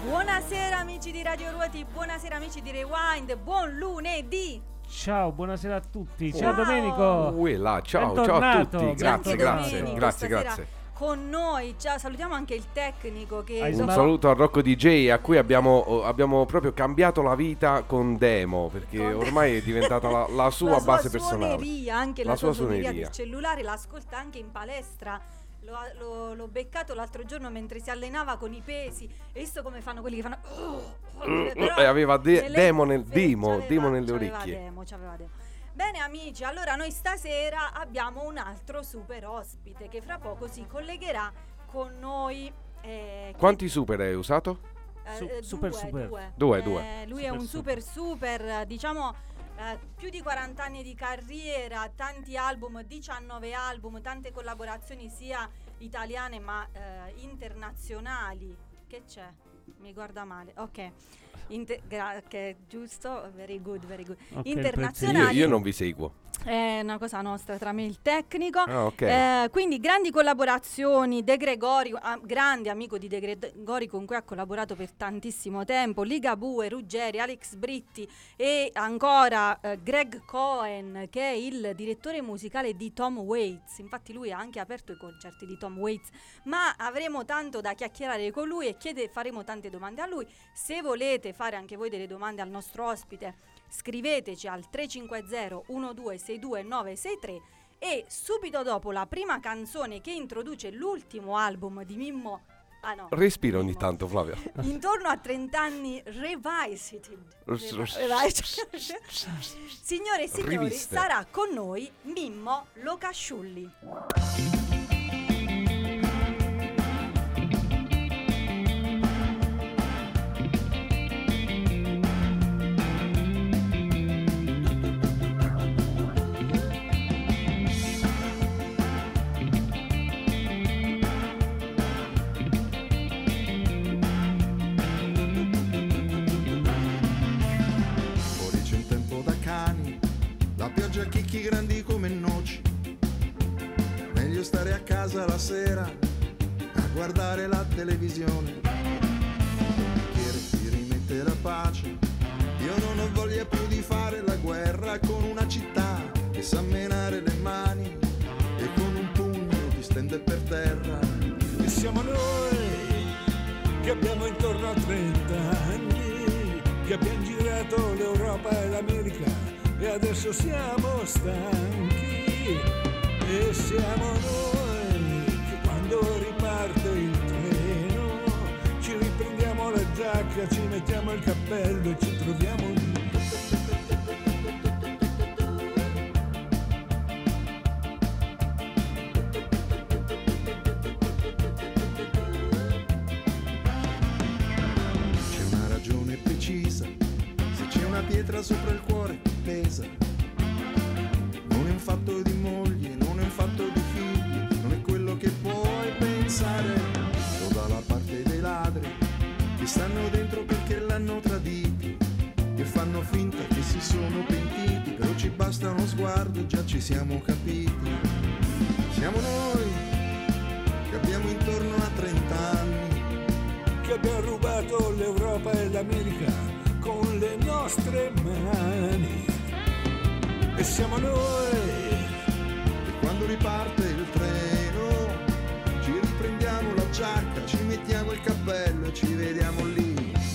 Buonasera amici di Radio Ruoti, buonasera amici di Rewind, buon lunedì! Ciao, buonasera a tutti, ciao Domenico! Ciao a tutti, grazie. Con noi, ciao, salutiamo anche il tecnico che un saluto a Rocco DJ a cui abbiamo proprio cambiato la vita con Demo, perché ormai è diventata la sua base personale. Anche la sua suoneria del cellulare, l'ascolta anche in palestra. L'ho beccato l'altro giorno mentre si allenava con i pesi. Hai visto come fanno quelli che fanno e aveva Demo nelle orecchie. C'aveva Demo. Bene amici, allora noi stasera abbiamo un altro super ospite che fra poco si collegherà con noi. Quanti super hai usato? Due. Lui è un super, diciamo, più di 40 anni di carriera, tanti album, 19 album, tante collaborazioni sia italiane ma internazionali. Che c'è? Mi guarda male, ok. Giusto, very good. Okay, internazionali. Io non vi seguo. È una cosa nostra tra me e il tecnico. Okay. Quindi grandi collaborazioni. De Gregori, grande amico di De Gregori con cui ha collaborato per tantissimo tempo. Ligabue, Ruggeri, Alex Britti e ancora Greg Cohen, che è il direttore musicale di Tom Waits. Infatti lui ha anche aperto i concerti di Tom Waits. Ma avremo tanto da chiacchierare con lui e faremo tante domande a lui. Se volete fare anche voi delle domande al nostro ospite, scriveteci al 350 1262 963 e subito dopo la prima canzone che introduce l'ultimo album di Mimmo. Respira ogni tanto, Flavia. Intorno a 30 anni Revisited. Signore e signori, Riviste. sarà con noi Mimmo Locasciulli. Chicchi grandi come noci, meglio stare a casa la sera a guardare la televisione. Ti rimette la pace, io non ho voglia più di fare la guerra con una città che sa menare le mani e con un pugno ti stende per terra. E siamo noi che abbiamo intorno a 30 anni, che abbiamo girato l'Europa e l'America e adesso siamo stanchi. E siamo noi che quando riparte il treno ci riprendiamo la giacca, ci mettiamo il cappello e ci troviamo lì. C'è una ragione precisa, se c'è una pietra sopra il cuore pesa. Non è un fatto di moglie, non è un fatto di figli, non è quello che puoi pensare. Sto dalla parte dei ladri che stanno dentro perché l'hanno traditi, che fanno finta che si sono pentiti, però ci basta uno sguardo e già ci siamo capiti. Siamo noi che abbiamo intorno a 30 anni, che abbiamo rubato l'Europa e l'America con le nostre mani. E siamo noi e quando riparte il treno ci riprendiamo la giacca, ci mettiamo il cappello e ci vediamo lì.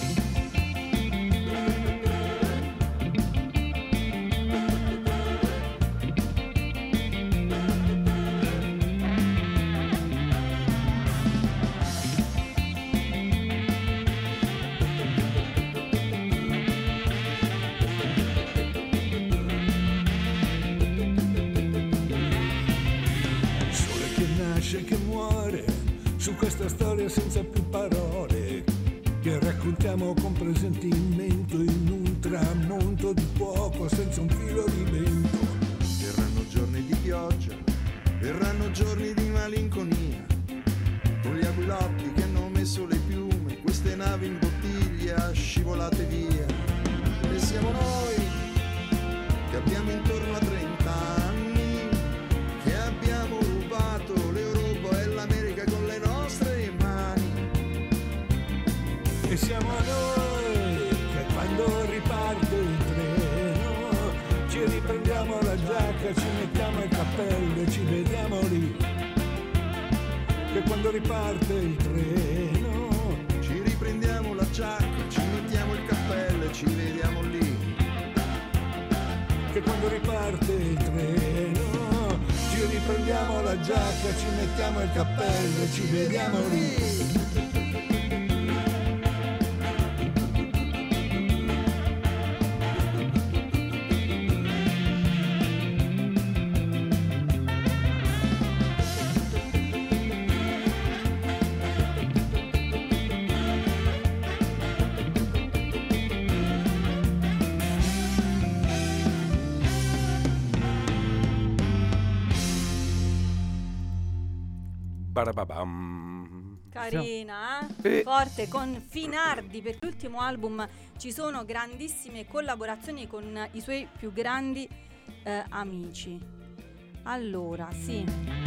Che muore su questa storia senza più parole, che raccontiamo con presentimento in un tramonto di fuoco senza un filo di vento. Verranno giorni di pioggia, verranno giorni di malinconia, con gli aquilotti che hanno messo le piume, queste navi in bottiglia scivolate via. E siamo noi che abbiamo intorno a 30 anni, che abbiamo rubato l'Europa e l'America con le nostre mani. E siamo noi che quando riparte il treno ci riprendiamo la giacca, ci mettiamo il cappello e ci vediamo lì. Che quando riparte il treno Ci riprendiamo la giacca, ci mettiamo il cappello e ci vediamo lì. che quando riparte il treno ci riprendiamo la giacca, ci mettiamo il cappello e ci vediamo lì. Barababam. Carina, Eh. forte, con Finardi. Per l'ultimo album ci sono grandissime collaborazioni con i suoi più grandi amici. Allora, sì,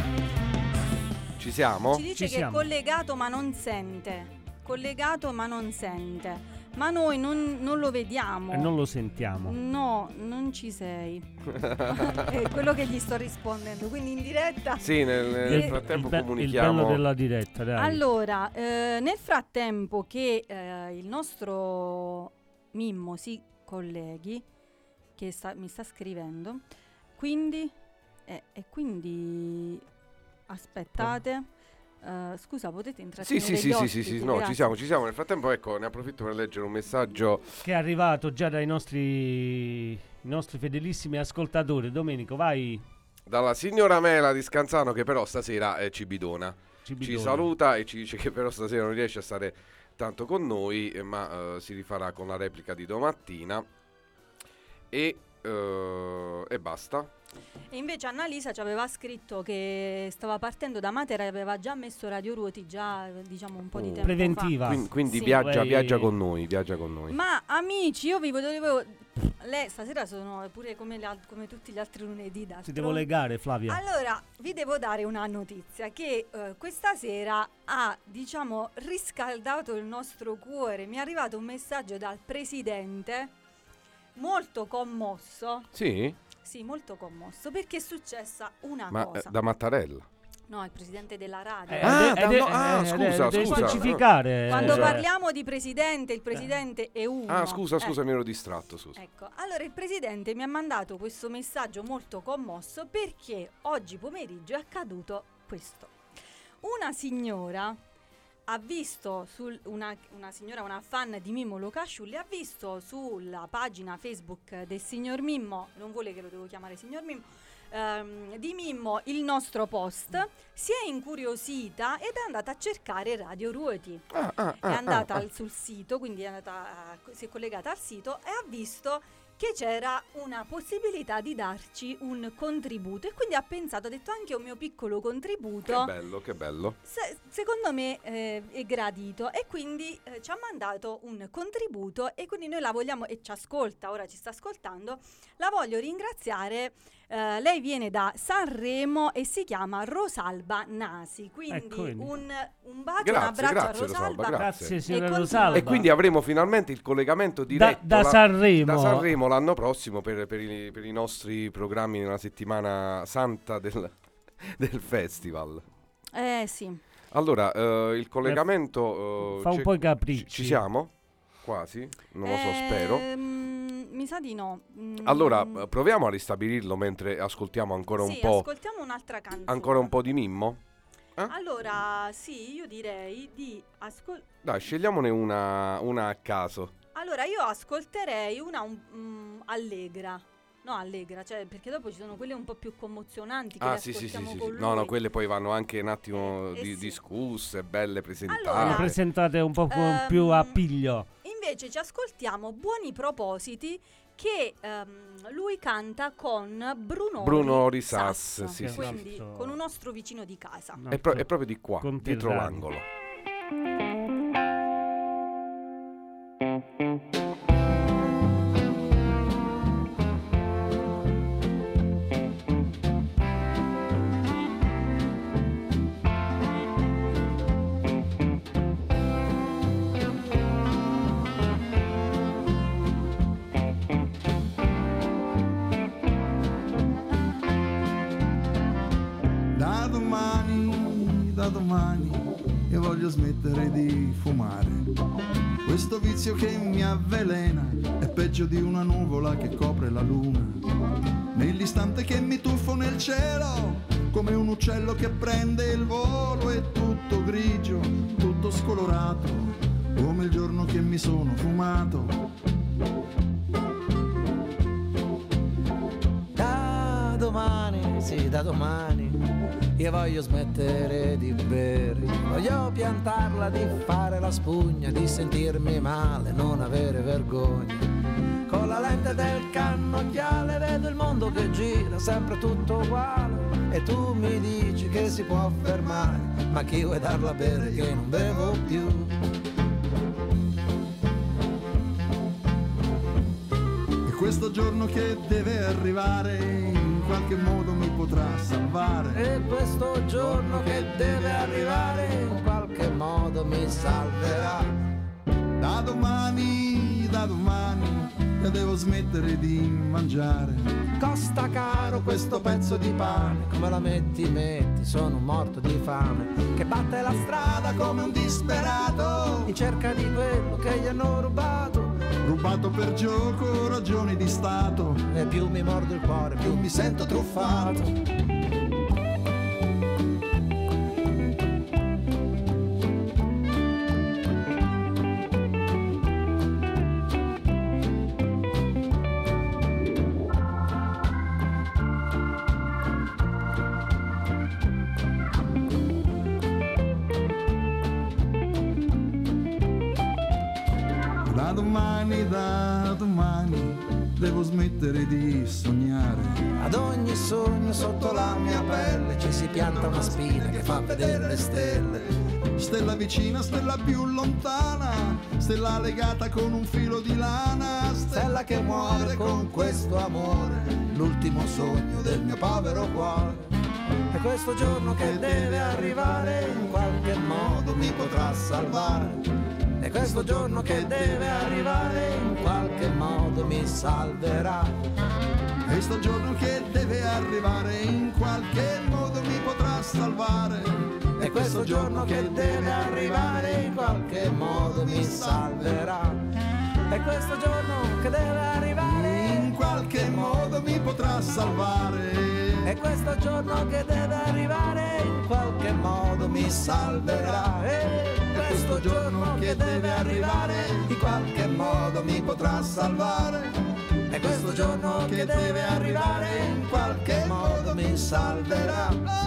Ci siamo? ci dice Ci che siamo. è collegato ma non sente. Collegato ma non sente. Ma noi non lo vediamo. E non lo sentiamo. No, non ci sei. È quello che gli sto rispondendo. Quindi in diretta. Sì, nel Il- frattempo il bello comunichiamo. della diretta, dai. Allora, nel frattempo che il nostro Mimmo si colleghi, che mi sta scrivendo, quindi aspettate. Scusa, potete Sì, intrattenere sì, gli sì, sì, ospiti? sì, sì, no, Grazie. ci siamo. Nel frattempo, ecco, ne approfitto per leggere un messaggio. Che è arrivato già dai i nostri fedelissimi ascoltatori. Domenico, vai. Dalla signora Mela di Scanzano, che però stasera ci bidona. Ci bidona. saluta e ci dice che però stasera non riesce a stare tanto con noi, ma si rifarà con la replica di domattina. E basta. E invece Annalisa ci aveva scritto che stava partendo da Matera e aveva già messo Radio Ruoti già, diciamo, un po' di tempo Preventiva. Quindi Sì. viaggia Lei- con noi, viaggia con noi. fa. Ma amici, io vi volevo... Lei stasera sono pure come tutti gli altri lunedì. Si d'altronde. devo legare, Flavia. Allora, vi devo dare una notizia che questa sera ha, diciamo, riscaldato il nostro cuore. Mi è arrivato un messaggio dal presidente molto commosso. Sì? Sì, molto commosso perché è successa una Ma cosa. da Mattarella. No, il presidente della radio. Scusa, devi scusa. specificare. Quando Cioè- parliamo di presidente, il presidente è uno. Ah, scusa, mi ero distratto, scusa. Ecco, allora il presidente mi ha mandato questo messaggio molto commosso perché oggi pomeriggio è accaduto questo. Una signora ha visto una signora, una fan di Mimmo Locasciulli, ha visto sulla pagina Facebook del signor Mimmo, non vuole che lo devo chiamare signor Mimmo, di Mimmo il nostro post, si è incuriosita ed è andata a cercare Radio Ruoti. È andata sul sito, quindi si è collegata al sito e ha visto che c'era una possibilità di darci un contributo e quindi ha pensato, ha detto anche un mio piccolo contributo. Che bello, che bello. Secondo me è gradito e quindi ci ha mandato un contributo e quindi noi la vogliamo, e ci ascolta, ora ci sta ascoltando, la voglio ringraziare. Lei viene da Sanremo e si chiama Rosalba Nasi, quindi Ecco, quindi. un bacio, Grazie, un abbraccio grazie, a Rosalba. Rosalba, Grazie, E signora continua. Rosalba. E quindi avremo finalmente il collegamento diretto da Sanremo. da Sanremo l'anno prossimo per i nostri programmi nella settimana santa del festival. Sì. Allora, il collegamento... Fa un c'è- po' i capricci. Ci siamo? Quasi? Non lo so, spero. Mi sa di no. Allora, proviamo a ristabilirlo mentre ascoltiamo ancora un sì, po'. ascoltiamo un'altra canzone. Ancora un po' di Mimmo? Allora, sì, io direi di Dai, scegliamone una a caso. Allora, io ascolterei una allegra. No, allegra, cioè, perché dopo ci sono quelle un po' più commozionanti che le Sì, sì, sì, ascoltiamo sì, con sì. lui. No, quelle poi vanno anche un attimo sì. discusse, belle presentate. Allora, Presentate un po' più a piglio. Invece ci ascoltiamo Buoni Propositi che lui canta con Bruno Risas, Risas, sì, sì, quindi sì. con un nostro vicino di casa. No, È proprio di qua, dietro conterraneo. l'angolo. questo vizio che mi avvelena è peggio di una nuvola che copre la luna. Nell'istante che mi tuffo nel cielo, come un uccello che prende il volo, è tutto grigio, tutto scolorato, come il giorno che mi sono fumato. Da domani, sì, da domani, io voglio smettere di bere, voglio piantarla di fare la spugna, di sentirmi male, non avere vergogna. Con la lente del cannocchiale vedo il mondo che gira, sempre tutto uguale, e tu mi dici che si può fermare, ma chi vuoi darla a bere che non bevo più? E questo giorno che deve arrivare in qualche modo mi potrà salvare. E questo giorno che deve arrivare in qualche modo mi salverà. Da domani, io devo smettere di mangiare. Costa caro questo pezzo di pane, come la metti, sono morto di fame, che batte la strada come un disperato, in cerca di quello che gli hanno rubato. Rubato per gioco, ragioni di stato, E più mi mordo il cuore, più mi sento truffato. Da domani devo smettere di sognare. Ad ogni sogno sotto la mia pelle ci si pianta una spina che fa vedere le stelle. Stella vicina, stella più lontana, stella legata con un filo di lana, Stella che muore con questo amore, l'ultimo sogno del mio povero cuore. E questo giorno che deve arrivare in qualche modo mi potrà salvare. E questo giorno che deve arrivare in qualche modo mi salverà. Questo giorno che deve arrivare in qualche modo mi potrà salvare. E questo giorno che deve arrivare in qualche modo mi salverà. E questo giorno che deve arrivare in qualche modo mi potrà salvare. E questo giorno che deve arrivare in qualche modo mi salverà. E questo giorno che deve arrivare in qualche modo mi potrà salvare. E questo giorno che deve arrivare in qualche modo mi salverà.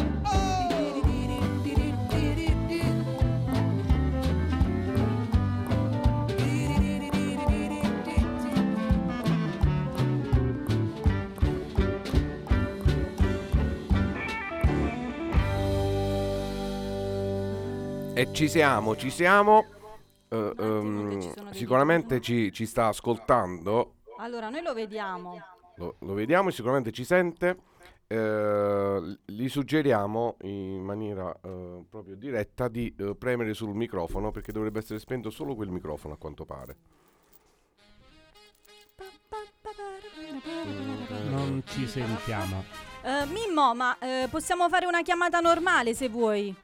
E ci siamo. Sicuramente dicono. ci sta ascoltando. Allora, noi lo vediamo. Lo vediamo e sicuramente ci sente. Gli suggeriamo in maniera proprio diretta di premere sul microfono, perché dovrebbe essere spento solo quel microfono a quanto pare. Non ci sentiamo. Mimmo, ma possiamo fare una chiamata normale se vuoi.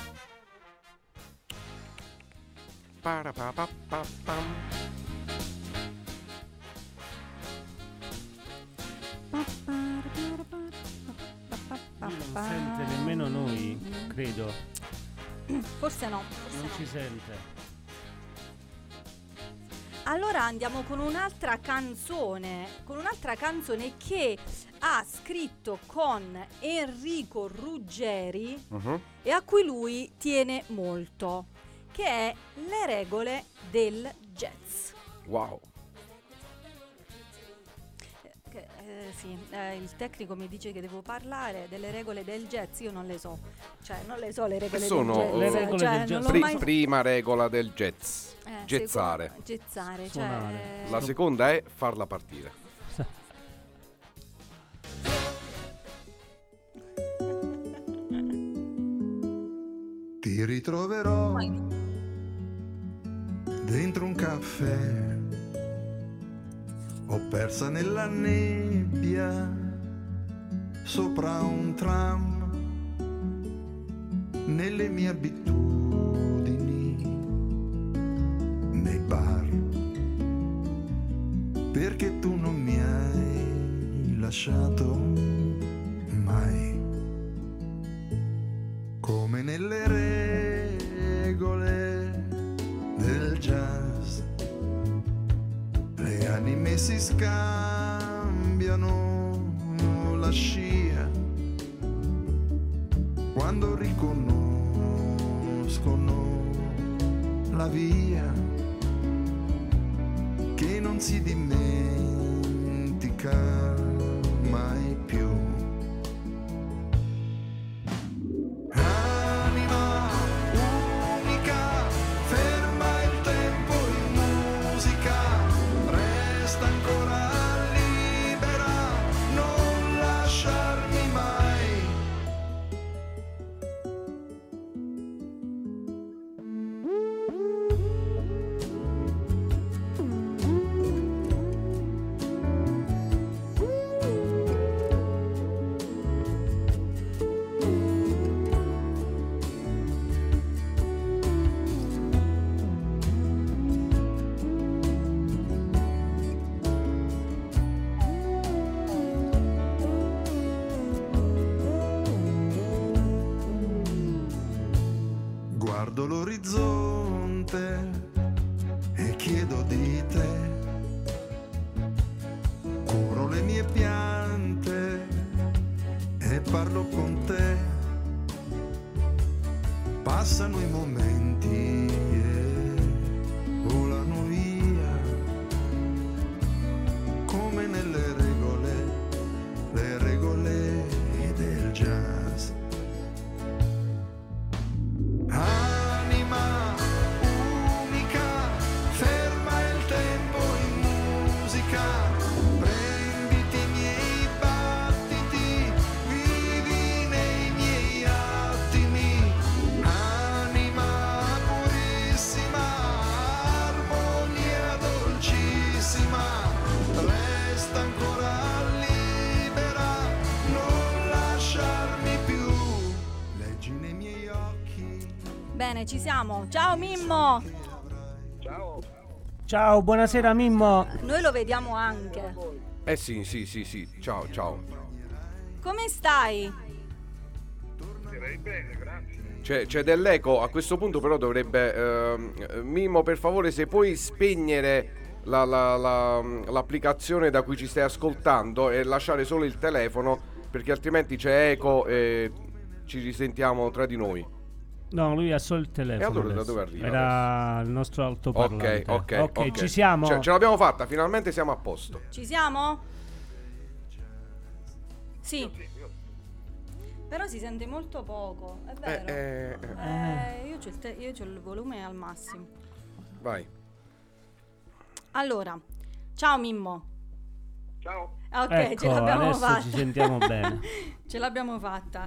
Parapapapapam. Non sente nemmeno noi, credo. Forse no. Non ci sente. Allora andiamo con un'altra canzone che ha scritto con Enrico Ruggeri e a cui lui tiene molto, che è Le regole del jazz. Wow. Sì, il tecnico mi dice che devo parlare delle regole del jazz, io non le so. Cioè, non le so le regole sono del jazz. le regole cioè, del non jazz? l'ho mai... Prima regola del jazz. Gezzare. Gezzare, Suonare. cioè... La seconda è farla partire. Ti ritroverò dentro un caffè, o persa nella nebbia, sopra un tram, nelle mie abitudini, nei bar lasciato mai, come nelle regole del jazz. Le anime si scambiano la scia quando riconoscono la via che non si dimentica mai più. Anima unica, ferma il tempo in musica, resta ancora libera, non lasciarmi mai. Guardo l'orizzonte e chiedo di te, curo le mie piante e parlo con te. Passano i momenti e volano via, come nelle regole, le regole del jazz. Anima unica, ferma il tempo in musica, prenditi i miei battiti, vivi nei miei attimi. Anima purissima, armonia dolcissima, resta ancora libera, non lasciarmi più. Leggi nei miei occhi. Bene, ci siamo. Ciao Mimmo. Ciao, buonasera Mimmo. Noi lo vediamo anche. Sì, ciao. Come stai? Direi bene, grazie. C'è dell'eco, a questo punto però dovrebbe... Mimmo, per favore, se puoi spegnere l'applicazione da cui ci stai ascoltando e lasciare solo il telefono, perché altrimenti c'è eco e ci risentiamo tra di noi. No, lui ha solo il telefono. E allora da adesso. dove arriva Era il nostro altoparlante. Ok, ci siamo? Ce l'abbiamo fatta, finalmente siamo a posto. Ci siamo? Sì. Però si sente molto poco, è vero. Io c'ho il volume al massimo. Vai. Allora, ciao Mimmo. Ciao. Ok, Ecco, ce l'abbiamo adesso fatta. ci sentiamo bene. Ce l'abbiamo fatta.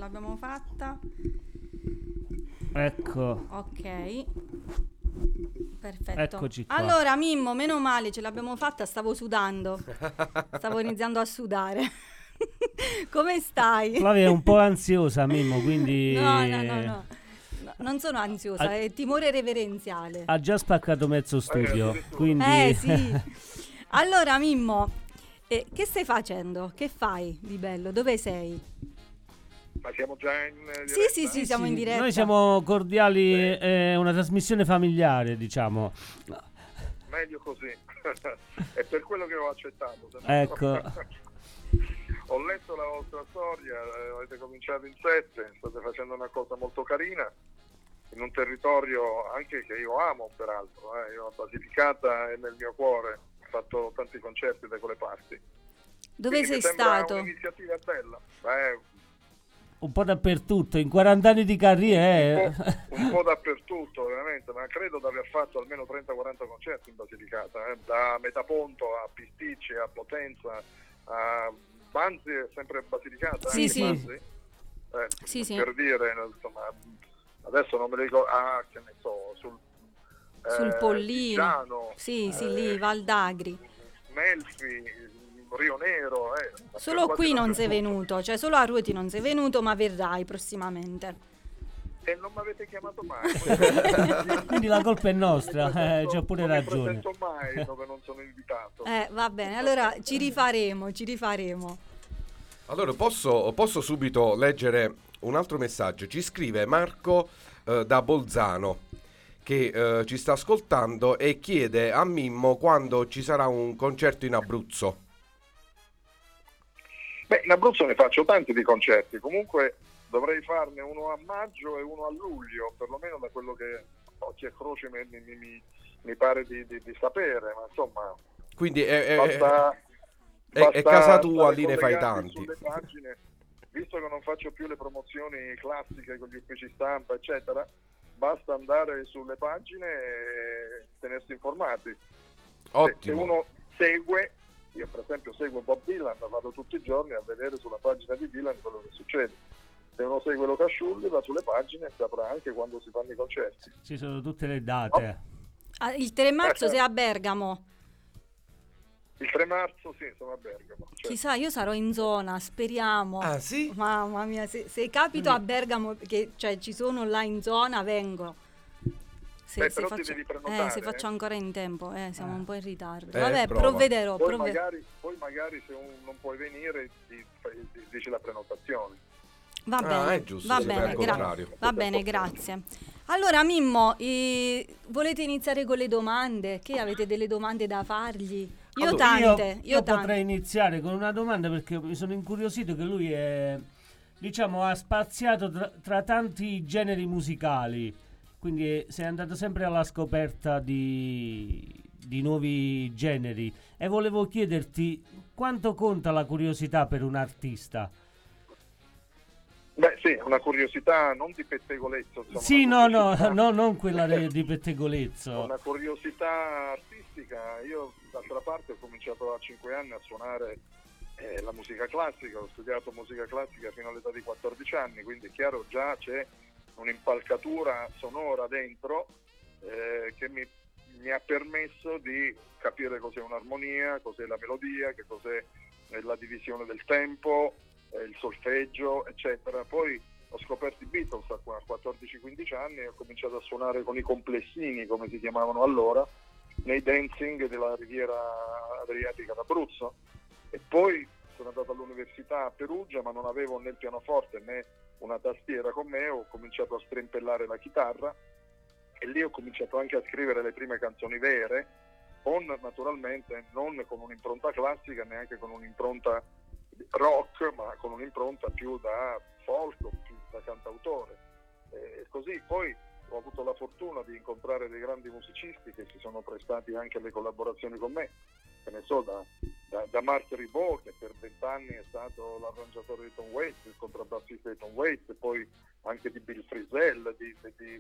Ecco. Ok. Perfetto. Eccoci qua. Allora, Mimmo, meno male, ce l'abbiamo fatta, stavo sudando. Stavo iniziando a sudare. Come stai? Flavia è un po' ansiosa, Mimmo, quindi... No. Non sono ansiosa, è timore reverenziale. Ha già spaccato mezzo studio, quindi... Sì. Allora, Mimmo, che stai facendo? Che fai di bello? Dove sei? Ma siamo già in diretta? Sì, siamo in diretta. Noi siamo cordiali, è una trasmissione familiare, diciamo. Meglio così. È per quello che ho accettato. Ecco. Ho letto la vostra storia, avete cominciato in 7, state facendo una cosa molto carina in un territorio anche che io amo, peraltro. Io a Basilicata è nel mio cuore, ho fatto tanti concerti da quelle parti. Dove Quindi sei mi sembra stato? un'iniziativa bella. Un po' dappertutto, in 40 anni di carriera. Un po' dappertutto, veramente, ma credo di aver fatto almeno 30-40 concerti in Basilicata, da Metaponto a Pisticci, a Potenza, a Banzi, è sempre Basilicata. Sì. Banzi? Sì. Per dire, insomma, adesso non me lo ricordo, che ne so, sul Pollino. Giano, Sì, lì, Val d'Agri. Melfi, Rio Nero. Solo qui non sei venuto, cioè solo a Ruoti non sei venuto, ma verrai prossimamente. E non mi avete chiamato mai. Quindi la colpa è nostra, c'ho pure ragione. Non mi presento mai dove non sono invitato. Va bene, allora ci rifaremo. Allora, posso subito leggere un altro messaggio. Ci scrive Marco da Bolzano, che ci sta ascoltando e chiede a Mimmo quando ci sarà un concerto in Abruzzo. Beh, in Abruzzo ne faccio tanti di concerti, comunque dovrei farne uno a maggio e uno a luglio, perlomeno da quello che occhi e croce mi pare di sapere, ma insomma... Quindi basta è casa tua, lì ne fai tanti. Sulle pagine, visto che non faccio più le promozioni classiche con gli uffici stampa, eccetera, basta andare sulle pagine e tenersi informati. Ottimo. Se uno segue, io per esempio seguo Bob Dylan, vado tutti i giorni a vedere sulla pagina di Dylan quello che succede. Se uno segue Lo Casciulli, va sulle pagine e saprà anche quando si fanno i concerti. Ci sono tutte le date. Il 3 marzo sei a Bergamo. Il 3 marzo sì, sono a Bergamo. Certo. Chissà, io sarò in zona, speriamo. Ah, sì? Mamma mia, se capito a Bergamo, che cioè ci sono là in zona, vengo. Però ti devi prenotare. Se faccio ancora in tempo, siamo un po' in ritardo. Prova. Provvederò. Poi magari se non puoi venire dici la prenotazione. Va bene, è giusto, va sì, bene, al contrario. va bene, grazie. Allora Mimmo, volete iniziare con le domande? Che avete delle domande da fargli? Io tante. Potrei iniziare con una domanda, perché mi sono incuriosito che lui è, diciamo, ha spaziato tra tanti generi musicali, quindi sei andato sempre alla scoperta di nuovi generi, e volevo chiederti quanto conta la curiosità per un artista. Beh sì, una curiosità non di pettegolezzo, insomma. Sì, non quella di pettegolezzo. Una curiosità artistica. Io d'altra parte ho cominciato a 5 anni a suonare la musica classica, ho studiato musica classica fino all'età di 14 anni, quindi chiaro già c'è un'impalcatura sonora dentro che mi ha permesso di capire cos'è un'armonia, cos'è la melodia, che cos'è la divisione del tempo, il solfeggio, eccetera. Poi ho scoperto i Beatles a 14-15 anni e ho cominciato a suonare con i complessini, come si chiamavano allora, nei dancing della riviera adriatica d'Abruzzo. E poi sono andato all'università a Perugia, ma non avevo né il pianoforte né una tastiera con me, ho cominciato a strimpellare la chitarra e lì ho cominciato anche a scrivere le prime canzoni vere, naturalmente non con un'impronta classica, neanche con un'impronta rock, ma con un'impronta più da folk, più da cantautore. Così poi ho avuto la fortuna di incontrare dei grandi musicisti che si sono prestati anche alle collaborazioni con me, che ne so, da Mark Ribot, che per 20 anni è stato l'arrangiatore di Tom Waits, il contrabbassista di Tom Waits, e poi anche di Bill Frisell, di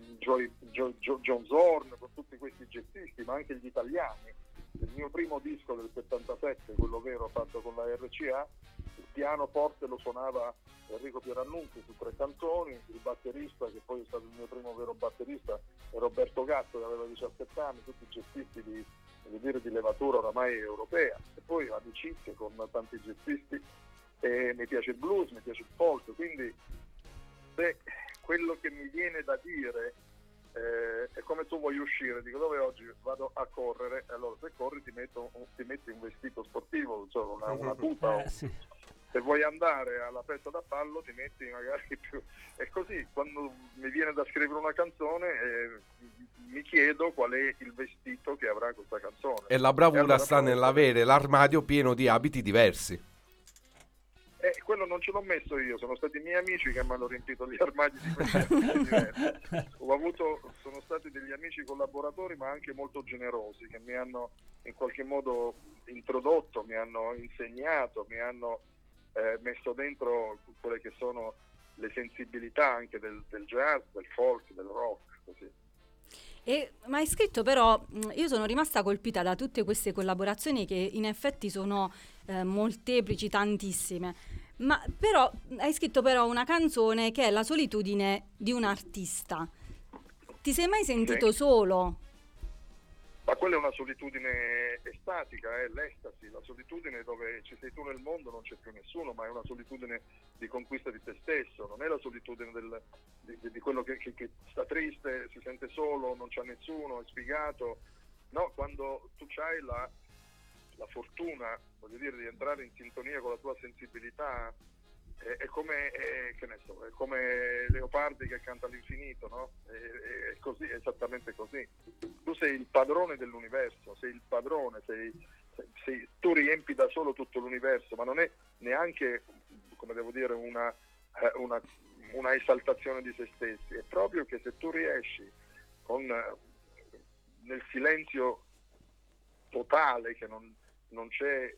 John Zorn, con tutti questi jazzisti, ma anche gli italiani. Il mio primo disco del 77, quello vero fatto con la RCA, il pianoforte lo suonava Enrico Pierannunzi su 3 canzoni, il batterista, che poi è stato il mio primo vero batterista, è Roberto Gatto, che aveva 17 anni, tutti jazzisti di levatura oramai europea, e poi amicizie con tanti jazzisti, e mi piace il blues, mi piace il folk, quindi se quello che mi viene da dire è come tu vuoi uscire, dico dove oggi vado a correre, allora se corri ti metti un vestito sportivo, insomma, una tuta, Sì. Se vuoi andare alla festa da ballo ti metti magari più, e così quando mi viene da scrivere una canzone mi chiedo qual è il vestito che avrà questa canzone, E la bravura allora sta nell'avere l'armadio pieno di abiti diversi. Quello non ce l'ho messo io, sono stati i miei amici che mi hanno riempito gli armadi di questi abiti diversi. Sono stati degli amici collaboratori, ma anche molto generosi, che mi hanno in qualche modo introdotto, mi hanno insegnato, mi hanno messo dentro quelle che sono le sensibilità anche del jazz, del folk, del rock, così. Ma hai scritto però, io sono rimasta colpita da tutte queste collaborazioni che in effetti sono molteplici, tantissime, ma però hai scritto però una canzone che è La solitudine di un artista. Ti sei mai sentito solo? Ma quella è una solitudine estatica, è l'estasi, la solitudine dove ci sei tu nel mondo, non c'è più nessuno, ma è una solitudine di conquista di te stesso, non è la solitudine di quello che sta triste, si sente solo, non c'ha nessuno, è sfigato. No, quando tu hai la fortuna, voglio dire, di entrare in sintonia con la tua sensibilità, è come, che ne so, è come Leopardi che canta all'infinito, no? È così, è esattamente così. Tu sei il padrone dell'universo, sei il padrone, tu riempi da solo tutto l'universo, ma non è neanche, come devo dire, una esaltazione di se stessi, è proprio che se tu riesci nel silenzio totale, che non c'è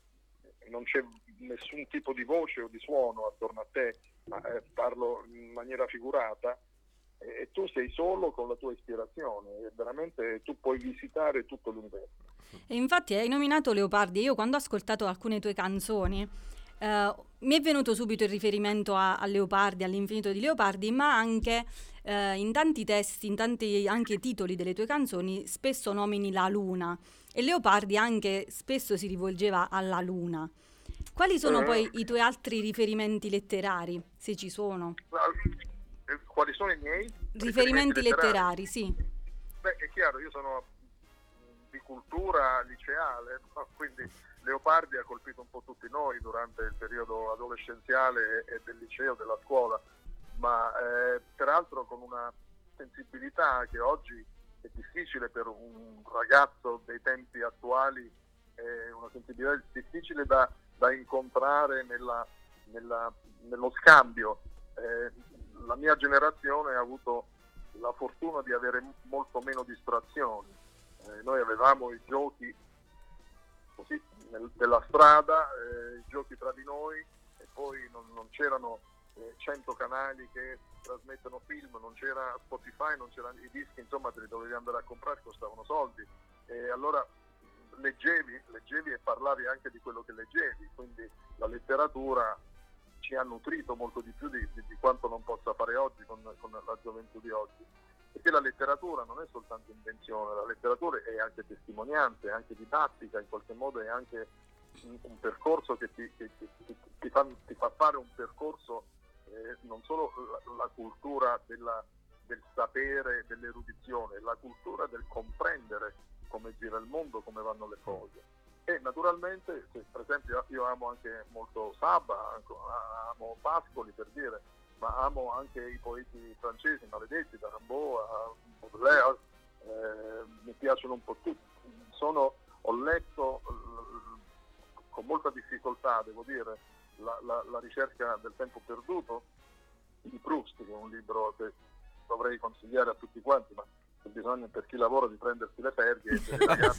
nessun tipo di voce o di suono attorno a te, ma parlo in maniera figurata, e tu sei solo con la tua ispirazione, e veramente tu puoi visitare tutto l'universo. E infatti hai nominato Leopardi. Io quando ho ascoltato alcune tue canzoni mi è venuto subito il riferimento a Leopardi, all'infinito di Leopardi, ma anche in tanti testi, in tanti anche titoli delle tue canzoni spesso nomini la luna, e Leopardi anche spesso si rivolgeva alla luna. Quali sono poi i tuoi altri riferimenti letterari, se ci sono? Quali sono i miei Riferimenti letterari, sì. Beh, è chiaro, io sono di cultura liceale, no? Quindi Leopardi ha colpito un po' tutti noi durante il periodo adolescenziale e del liceo, della scuola, ma peraltro con una sensibilità che oggi è difficile per un ragazzo dei tempi attuali, una sensibilità difficile da incontrare nello scambio. La mia generazione ha avuto la fortuna di avere molto meno distrazioni. Noi avevamo i giochi così della strada, i giochi tra di noi, e poi non c'erano 100 canali che trasmettono film, non c'era Spotify, non c'erano i dischi, insomma te li dovevi andare a comprare, costavano soldi, e allora leggevi e parlavi anche di quello che leggevi, quindi la letteratura ci ha nutrito molto di più di quanto non possa fare oggi con la gioventù di oggi, perché la letteratura non è soltanto invenzione, la letteratura è anche testimonianza, è anche didattica, in qualche modo è anche un percorso che ti fa fare un percorso, non solo la cultura del sapere, dell'erudizione, la cultura del comprendere come gira il mondo, come vanno le cose. E naturalmente, per esempio, io amo anche molto Sabba, amo Pascoli, per dire, ma amo anche i poeti francesi maledetti, da Rimbaud a Baudelaire, mi piacciono un po' tutti. Ho letto con molta difficoltà, devo dire, la ricerca del tempo perduto di Proust, che è un libro che dovrei consigliare a tutti quanti, ma bisogna, per chi lavora, di prendersi le ferie e ragazzi,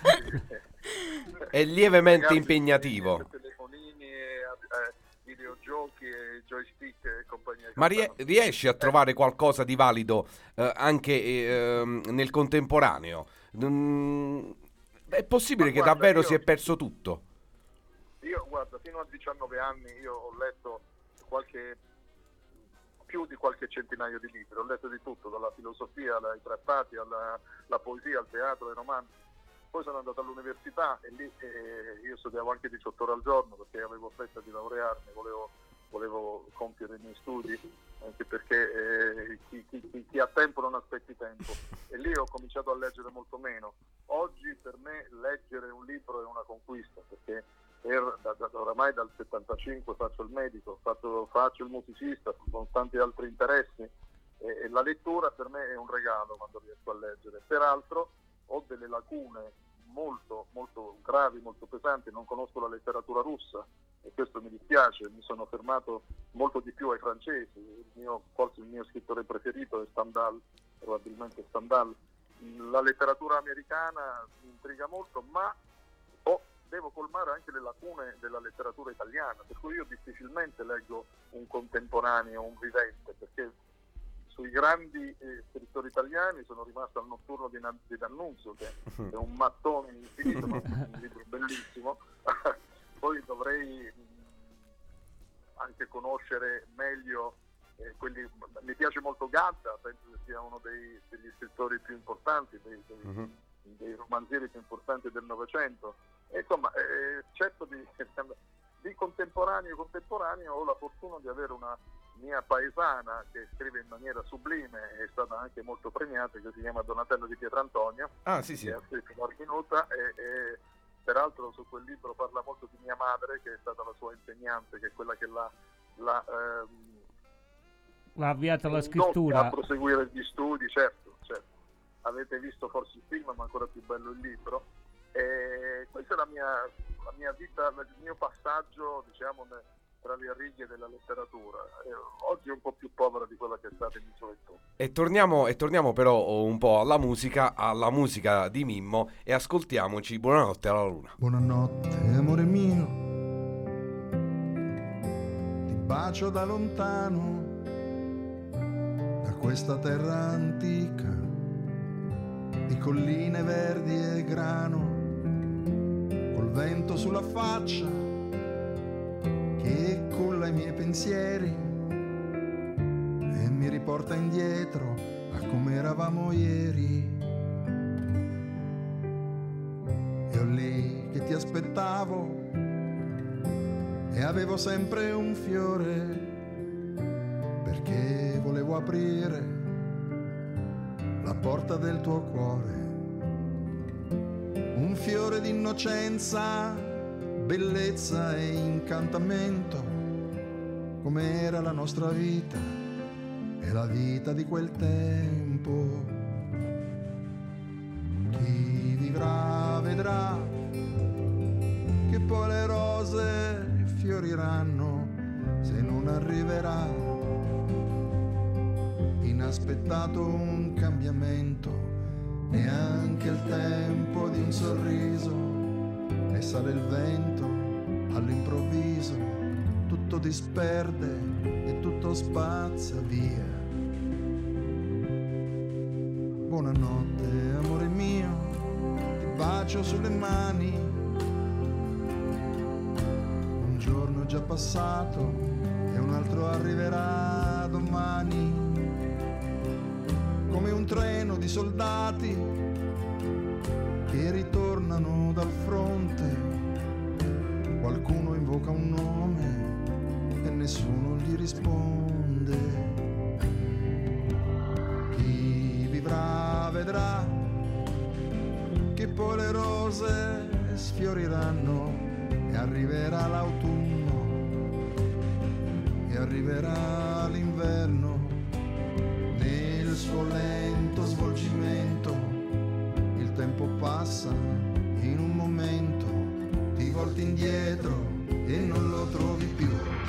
è lievemente impegnativo. Telefonini, videogiochi e joystick e compagnia. Ma riesci a trovare qualcosa di valido anche nel contemporaneo? È possibile che davvero si è perso tutto? Io, guarda, fino a 19 anni io ho letto più di qualche centinaio di libri, ho letto di tutto, dalla filosofia ai trattati, alla poesia, al teatro, ai romanzi. Poi sono andato all'università e lì io studiavo anche 18 ore al giorno, perché avevo fretta di laurearmi, volevo compiere i miei studi, anche perché chi ha tempo non aspetti tempo, e lì ho cominciato a leggere molto meno. Oggi per me leggere un libro è una conquista, perché oramai dal 75 faccio il medico, faccio il musicista, con tanti altri interessi, e la lettura per me è un regalo quando riesco a leggere. Peraltro ho delle lacune molto, molto gravi, molto pesanti, non conosco la letteratura russa e questo mi dispiace, mi sono fermato molto di più ai francesi, forse il mio scrittore preferito è Stendhal, probabilmente Stendhal. La letteratura americana mi intriga molto, ma devo colmare anche le lacune della letteratura italiana, per cui io difficilmente leggo un contemporaneo, un vivente, perché sui grandi scrittori italiani sono rimasto al Notturno di D'Annunzio, che è un mattone infinito, ma un libro bellissimo. Poi dovrei anche conoscere meglio quelli. Mi piace molto Gadda, penso che sia uno degli scrittori più importanti, dei romanzieri più importanti del Novecento. Insomma, certo di contemporaneo ho la fortuna di avere una mia paesana che scrive in maniera sublime, è stata anche molto premiata, che si chiama Donatella di Pietrantonio. Sì. Che ha scritto L'Arminuta e peraltro su quel libro parla molto di mia madre, che è stata la sua insegnante, che è quella che l'ha avviata alla scrittura, a proseguire gli studi. Certo. Avete visto forse il film, ma ancora più bello il libro. E questa è la mia vita, il mio passaggio, diciamo, tra le righe della letteratura. Oggi è un po' più povera di quella che è stata in gioventù. E torniamo però un po' alla musica di Mimmo, e ascoltiamoci Buonanotte alla luna. Buonanotte amore mio, ti bacio da lontano, da questa terra antica, di colline verdi e grano, col vento sulla faccia che culla i miei pensieri e mi riporta indietro a come eravamo ieri. Io lì che ti aspettavo e avevo sempre un fiore, perché volevo aprire la porta del tuo cuore, un fiore di innocenza, bellezza e incantamento, come era la nostra vita e la vita di quel tempo. Chi vivrà vedrà che poi le rose fioriranno se non arriverà inaspettato un cambiamento, neanche il tempo di un sorriso, e sale il vento all'improvviso, tutto disperde e tutto spazza via. Buonanotte amore mio, ti bacio sulle mani, un giorno è già passato e un altro arriverà domani, come un treno di soldati che ritornano dal fronte, qualcuno invoca un nome e nessuno gli risponde. Chi vivrà vedrà che poi le rose sfioriranno e arriverà l'autunno e arriverà l'inverno, nel suo lento svolgimento il tempo passa in un momento, ti volti indietro e non lo trovi più.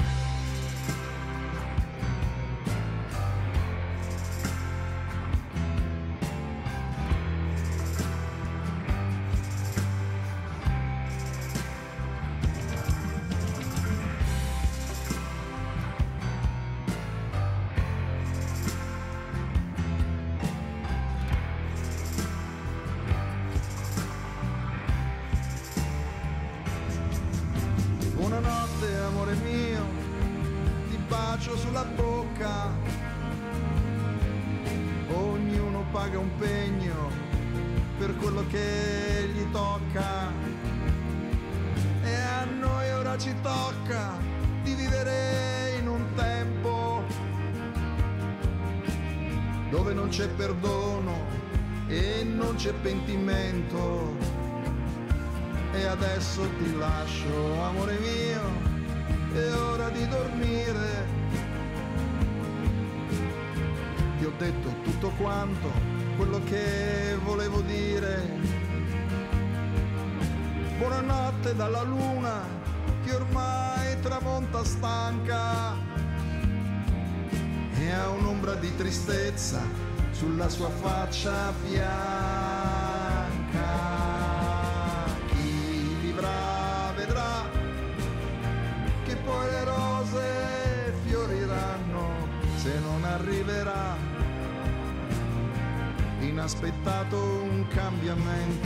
Buonanotte amore mio, ti bacio sulla bocca, ognuno paga un pegno per quello che gli tocca, e a noi ora ci tocca di vivere in un tempo dove non c'è perdono e non c'è pentimento. E adesso ti lascio amore mio, è ora di dormire. Ti ho detto tutto quanto quello che volevo dire. Buonanotte dalla luna che ormai tramonta stanca e ha un'ombra di tristezza sulla sua faccia bianca. Vedrà che poi le rose fioriranno se non arriverà inaspettato un cambiamento.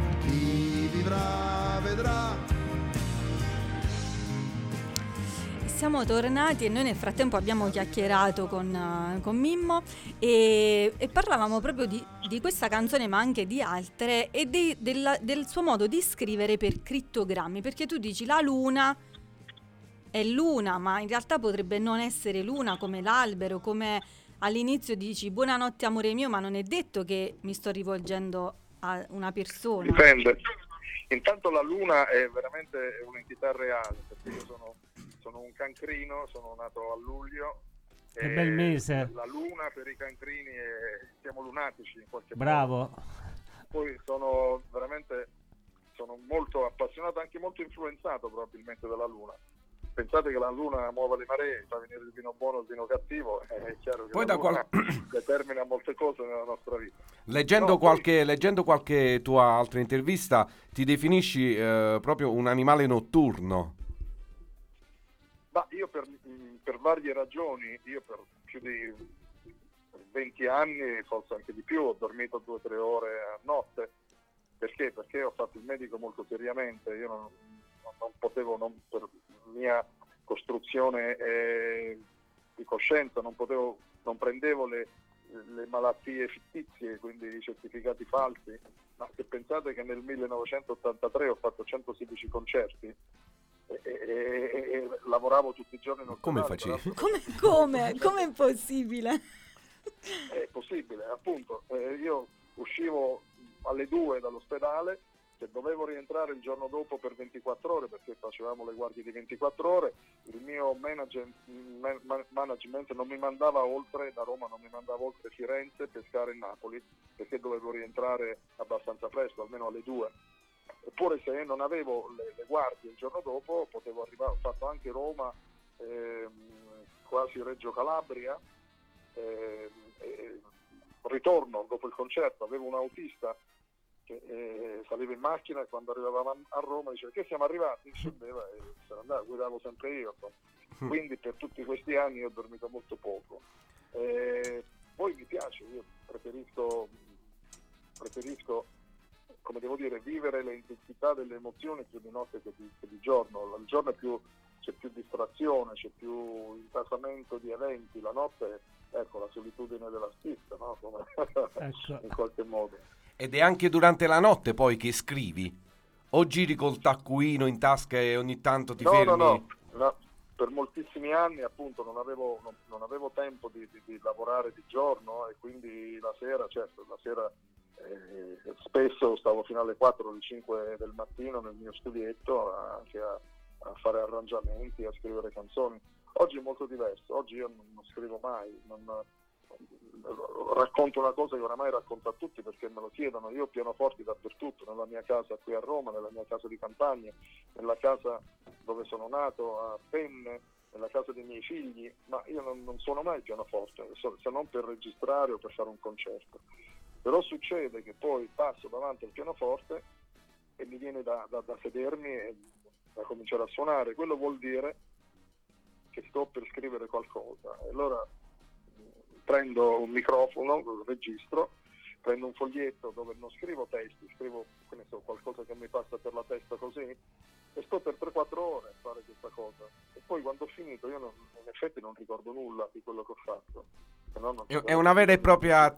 Chi vivrà vedrà. siamo tornati e noi nel frattempo abbiamo chiacchierato con Mimmo e parlavamo proprio di questa canzone, ma anche di altre, e del suo modo di scrivere per crittogrammi, perché tu dici la luna è luna, ma in realtà potrebbe non essere luna, come l'albero, come all'inizio dici buonanotte amore mio, ma non è detto che mi sto rivolgendo a una persona. Dipende. Intanto la luna è veramente un'entità reale, perché io sono un cancrino, sono nato a luglio. Che bel mese. La luna per i cancrini siamo lunatici in qualche Bravo. modo. Poi sono molto appassionato, anche molto influenzato probabilmente dalla luna. Pensate che la luna muove le maree, fa venire il vino buono e il vino cattivo, è chiaro che Poi la luna determina molte cose nella nostra vita. Leggendo qualche tua altra intervista, ti definisci proprio un animale notturno. Ma io per varie ragioni, io per più di 20 anni, forse anche di più, ho dormito 2-3 ore a notte. Perché? Perché ho fatto il medico molto seriamente, io non potevo, per mia costruzione di coscienza, non prendevo le malattie fittizie, quindi i certificati falsi, ma se pensate che nel 1983 ho fatto 116 concerti e lavoravo tutti i giorni in Come ospedale. facevi? Come è possibile? È possibile, appunto. Io uscivo alle 2 dall'ospedale, che dovevo rientrare il giorno dopo per 24 ore, perché facevamo le guardie di 24 ore, il mio management non mi mandava oltre, da Roma non mi mandava oltre Firenze, Pescara e Napoli, perché dovevo rientrare abbastanza presto, almeno alle 2. Eppure se non avevo le guardie il giorno dopo, potevo arrivare, ho fatto anche Roma, quasi Reggio Calabria, ritorno dopo il concerto, avevo un autista che saliva in macchina e quando arrivavamo a Roma diceva che siamo arrivati, scendeva e se ne andava, guidavo sempre io. Quindi per tutti questi anni ho dormito molto poco. Poi mi piace, io preferisco, come devo dire, vivere le intensità delle emozioni più di notte che di giorno. Il giorno c'è più distrazione, c'è più intasamento di eventi, la notte, ecco, la solitudine della stissa, no? Come Ecco. in qualche modo. Ed è anche durante la notte poi che scrivi? O giri col taccuino in tasca e ogni tanto ti fermi? No. Per moltissimi anni appunto non avevo tempo di lavorare di giorno e quindi la sera spesso stavo fino alle 4 o alle 5 del mattino nel mio studietto anche a fare arrangiamenti, a scrivere canzoni. Oggi è molto diverso, oggi io non scrivo mai, racconto una cosa che oramai racconto a tutti perché me lo chiedono. Io ho pianoforti dappertutto, nella mia casa qui a Roma, nella mia casa di campagna, nella casa dove sono nato a Penne, nella casa dei miei figli, ma io non suono mai il pianoforte, se non per registrare o per fare un concerto. Però succede che poi passo davanti al pianoforte e mi viene da sedermi e da cominciare a suonare. Quello vuol dire che sto per scrivere qualcosa. E allora prendo un microfono, lo registro, prendo un foglietto dove non scrivo testi, scrivo qualcosa che mi passa per la testa così, e sto per 3-4 ore a fare questa cosa. E poi quando ho finito io in effetti non ricordo nulla di quello che ho fatto. È una vera e propria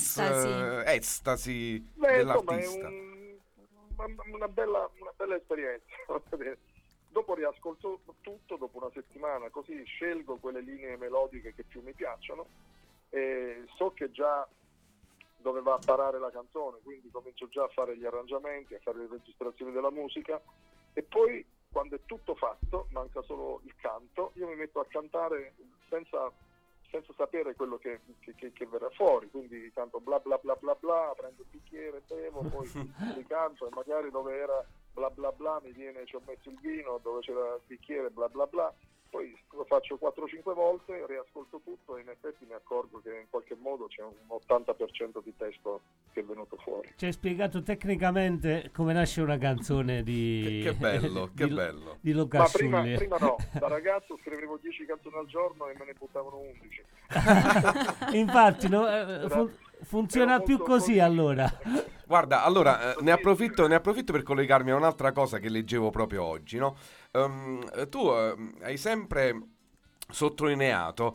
estasi dell'artista. È una bella esperienza. Dopo riascolto tutto, dopo una settimana, così scelgo quelle linee melodiche che più mi piacciono e so che già doveva parare la canzone, quindi comincio già a fare gli arrangiamenti, a fare le registrazioni della musica e poi quando è tutto fatto, manca solo il canto, io mi metto a cantare senza sapere quello che verrà fuori, quindi canto bla bla bla bla bla, prendo il bicchiere, bevo, poi ricanto e magari dove era bla bla bla ci ho messo il vino, dove c'era il bicchiere bla bla bla, poi lo faccio 4-5 volte, riascolto tutto e in effetti mi accorgo che in qualche modo c'è un 80% di testo che è venuto fuori. Ci hai spiegato tecnicamente come nasce una canzone di Che bello, che bello. Di Luca Sciulli. Ma prima no, da ragazzo scrivevo 10 canzoni al giorno e me ne buttavano 11. Infatti funziona più così allora. Guarda, allora ne approfitto per collegarmi a un'altra cosa che leggevo proprio oggi, no? Tu hai sempre sottolineato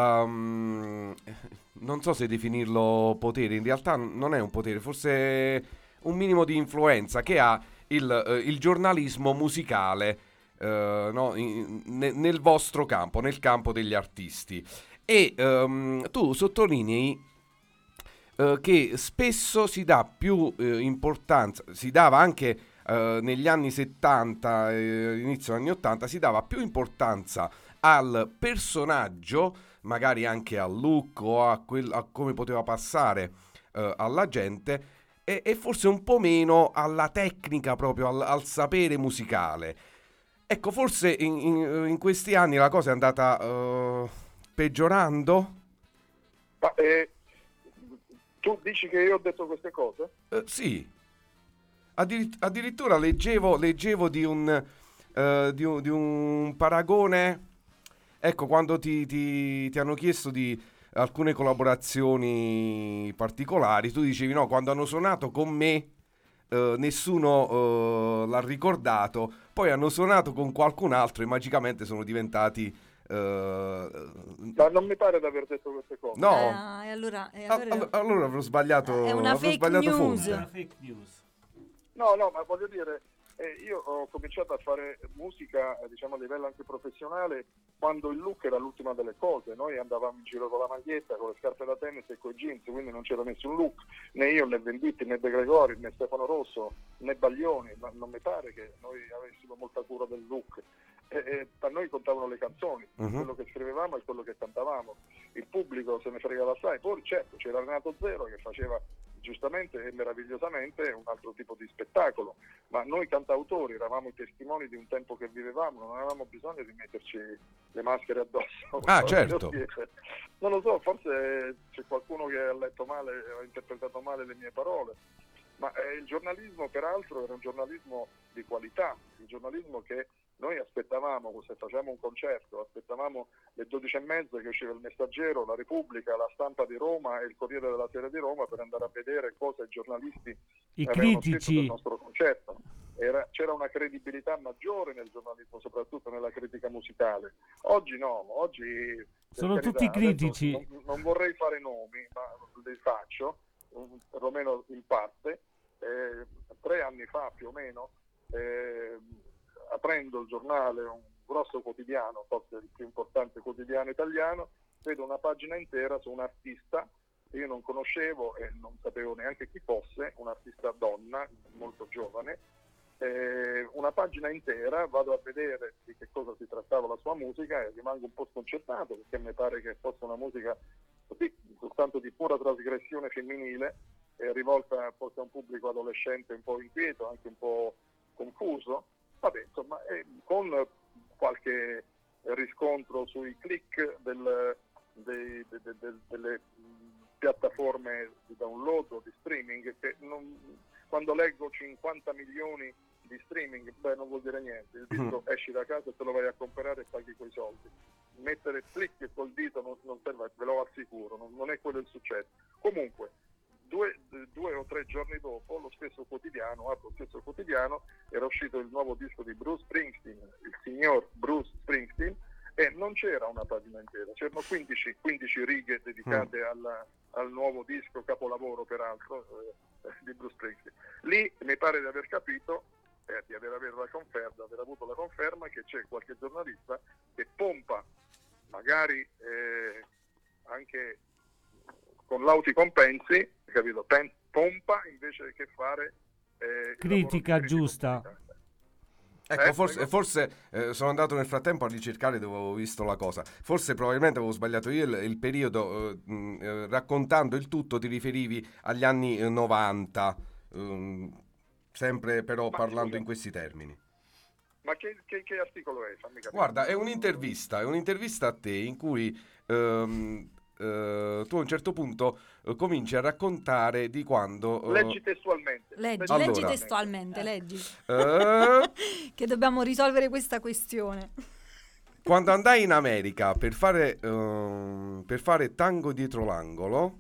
non so se definirlo potere, in realtà non è un potere, forse un minimo di influenza che ha il giornalismo musicale, no, nel vostro campo, nel campo degli artisti. E tu sottolinei che spesso si dà più importanza, si dava anche negli anni 70, inizio anni 80, si dava più importanza al personaggio, magari anche al look o a come poteva passare alla gente, e forse un po' meno alla tecnica, proprio al sapere musicale. Ecco, forse in questi anni la cosa è andata peggiorando? Ma, tu dici che io ho detto queste cose? Sì. Addirittura leggevo di un paragone. Ecco, quando ti hanno chiesto di alcune collaborazioni particolari, tu dicevi no, quando hanno suonato con me nessuno l'ha ricordato, poi hanno suonato con qualcun altro e magicamente sono diventati... Ma non mi pare di aver detto queste cose. No, e allora allora avrò sbagliato. È una avrò fake sbagliato news. fonte. Una fake news. No, ma voglio dire, io ho cominciato a fare musica, diciamo, a livello anche professionale quando il look era l'ultima delle cose. Noi andavamo in giro con la maglietta, con le scarpe da tennis e con i jeans, quindi non c'era nessun look, né io, né Venditti, né De Gregori, né Stefano Rosso, né Baglioni, ma non mi pare che noi avessimo molta cura del look. Per noi contavano le canzoni, quello che scrivevamo e quello che cantavamo. Il pubblico se ne fregava assai. Poi certo c'era Renato Zero che faceva giustamente e meravigliosamente un altro tipo di spettacolo, ma noi cantautori eravamo i testimoni di un tempo che vivevamo, non avevamo bisogno di metterci le maschere addosso. Ah, certo. Non lo so, forse c'è qualcuno che ha letto male, ha interpretato male le mie parole, ma il giornalismo peraltro era un giornalismo di qualità, il giornalismo che noi aspettavamo, se facciamo un concerto, aspettavamo le 12:30 che usciva il Messaggero, la Repubblica, la Stampa di Roma e il Corriere della Sera di Roma per andare a vedere cosa i giornalisti avevano scritto del nostro concerto. C'era una credibilità maggiore nel giornalismo, soprattutto nella critica musicale. Oggi no, oggi sono carità, tutti critici. Non vorrei fare nomi, ma li faccio, perlomeno in parte. 3 anni fa più o meno, aprendo il giornale, un grosso quotidiano, forse il più importante quotidiano italiano, vedo una pagina intera su un artista che io non conoscevo e non sapevo neanche chi fosse, un'artista donna, molto giovane, una pagina intera, vado a vedere di che cosa si trattava la sua musica e rimango un po' sconcertato perché mi pare che fosse una musica così, soltanto di pura trasgressione femminile, rivolta forse a un pubblico adolescente un po' inquieto, anche un po' confuso. Vabbè, insomma, con qualche riscontro sui click delle piattaforme di download o di streaming, che quando leggo 50 milioni di streaming, non vuol dire niente. Il disco esci da casa e te lo vai a comprare e paghi quei soldi. Mettere click col dito non serve, ve lo assicuro, non è quello il successo. Comunque, due o 3 giorni dopo, lo stesso quotidiano, era uscito il nuovo disco di Bruce Springsteen, il signor Bruce Springsteen, e non c'era una pagina intera, c'erano 15 righe dedicate al nuovo disco, capolavoro peraltro, di Bruce Springsteen. Lì mi pare di aver capito, di aver avuto la conferma che c'è qualche giornalista che pompa, magari anche con lauti compensi, capito? Pompa invece che fare critica giusta. Ecco, forse sono andato nel frattempo a ricercare dove avevo visto la cosa. Forse probabilmente avevo sbagliato io il periodo. Raccontando il tutto ti riferivi agli anni 90, sempre però parlando in questi termini. Ma che articolo è? Fammi capire. Guarda, è un'intervista a te in cui tu a un certo punto cominci a raccontare di quando... Leggi testualmente. Leggi testualmente, leggi. Che dobbiamo risolvere questa questione. Quando andai in America per fare Tango dietro l'angolo,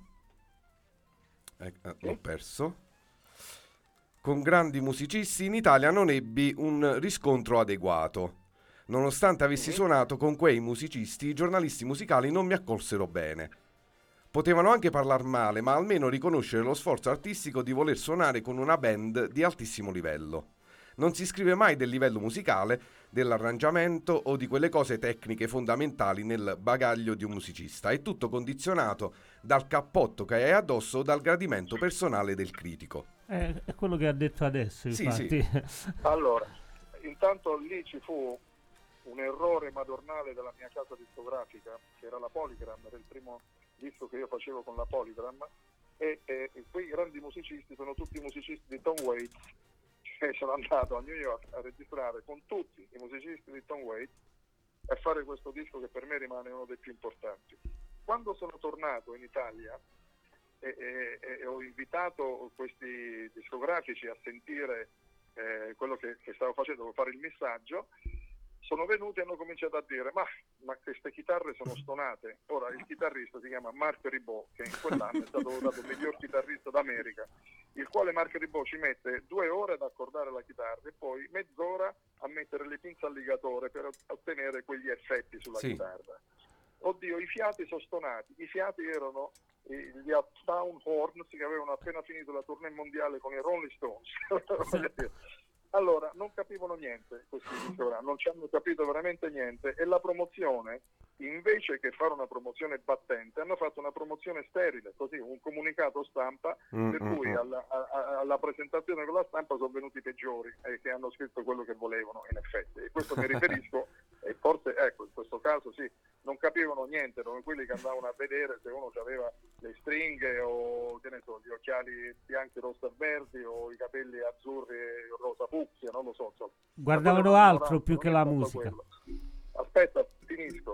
l'ho perso, con grandi musicisti, in Italia non ebbi un riscontro adeguato. Nonostante avessi suonato con quei musicisti, i giornalisti musicali non mi accolsero bene. Potevano anche parlar male, ma almeno riconoscere lo sforzo artistico di voler suonare con una band di altissimo livello. Non si scrive mai del livello musicale, dell'arrangiamento o di quelle cose tecniche fondamentali nel bagaglio di un musicista. È tutto condizionato dal cappotto che hai addosso o dal gradimento personale del critico. È quello che ha detto adesso, Sì, infatti. sì. Allora, intanto lì ci fu un errore madornale della mia casa discografica, che era la Polygram, era il primo disco che io facevo con la Polygram, e quei grandi musicisti sono tutti musicisti di Tom Waits, e sono andato a New York a registrare con tutti i musicisti di Tom Waits e fare questo disco che per me rimane uno dei più importanti. Quando sono tornato in Italia e ho invitato questi discografici a sentire quello che stavo facendo per fare il missaggio, sono venuti e hanno cominciato a dire ma queste chitarre sono stonate. Ora il chitarrista si chiama Marc Ribot, che in quell'anno è stato votato il miglior chitarrista d'America, il quale Marc Ribot ci mette 2 ore ad accordare la chitarra e poi mezz'ora a mettere le pinze al ligatore per ottenere quegli effetti sulla chitarra. Oddio, i fiati sono stonati. I fiati erano gli Uptown Horns, che avevano appena finito la tournée mondiale con i Rolling Stones. Allora, non capivano niente questi discografi, non ci hanno capito veramente niente, e la promozione, invece che fare una promozione battente, hanno fatto una promozione sterile, così, un comunicato stampa, per cui alla presentazione con la stampa sono venuti i peggiori, che hanno scritto quello che volevano, in effetti. E questo mi riferisco, e forse, ecco, in questo caso sì, non capivano niente, erano quelli che andavano a vedere se uno aveva le stringhe o, che ne so, gli occhiali bianchi rosa verdi o i capelli azzurri rosa fucsia, non lo so. Guardavano altro più che la musica. Quello. Aspetta, finisco.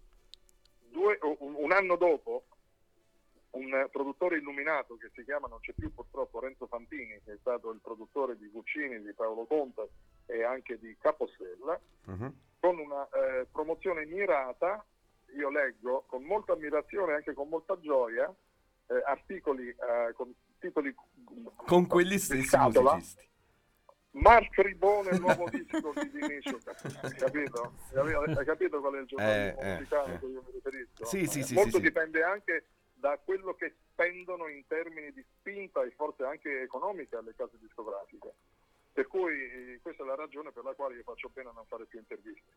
Un anno dopo, un produttore illuminato che si chiama, non c'è più purtroppo, Renzo Fantini, che è stato il produttore di Guccini, di Paolo Conte e anche di Capossella, con una promozione mirata, io leggo con molta ammirazione e anche con molta gioia articoli con titoli con quegli stessi musicisti. Marc Ribot nel nuovo disco di Dinicio, capito? Hai capito qual è il giornalismo musicale a cui io mi riferisco? Sì, molto sì. Dipende anche da quello che spendono in termini di spinta e forse anche economica alle case discografiche. Per cui questa è la ragione per la quale io faccio bene a non fare più interviste.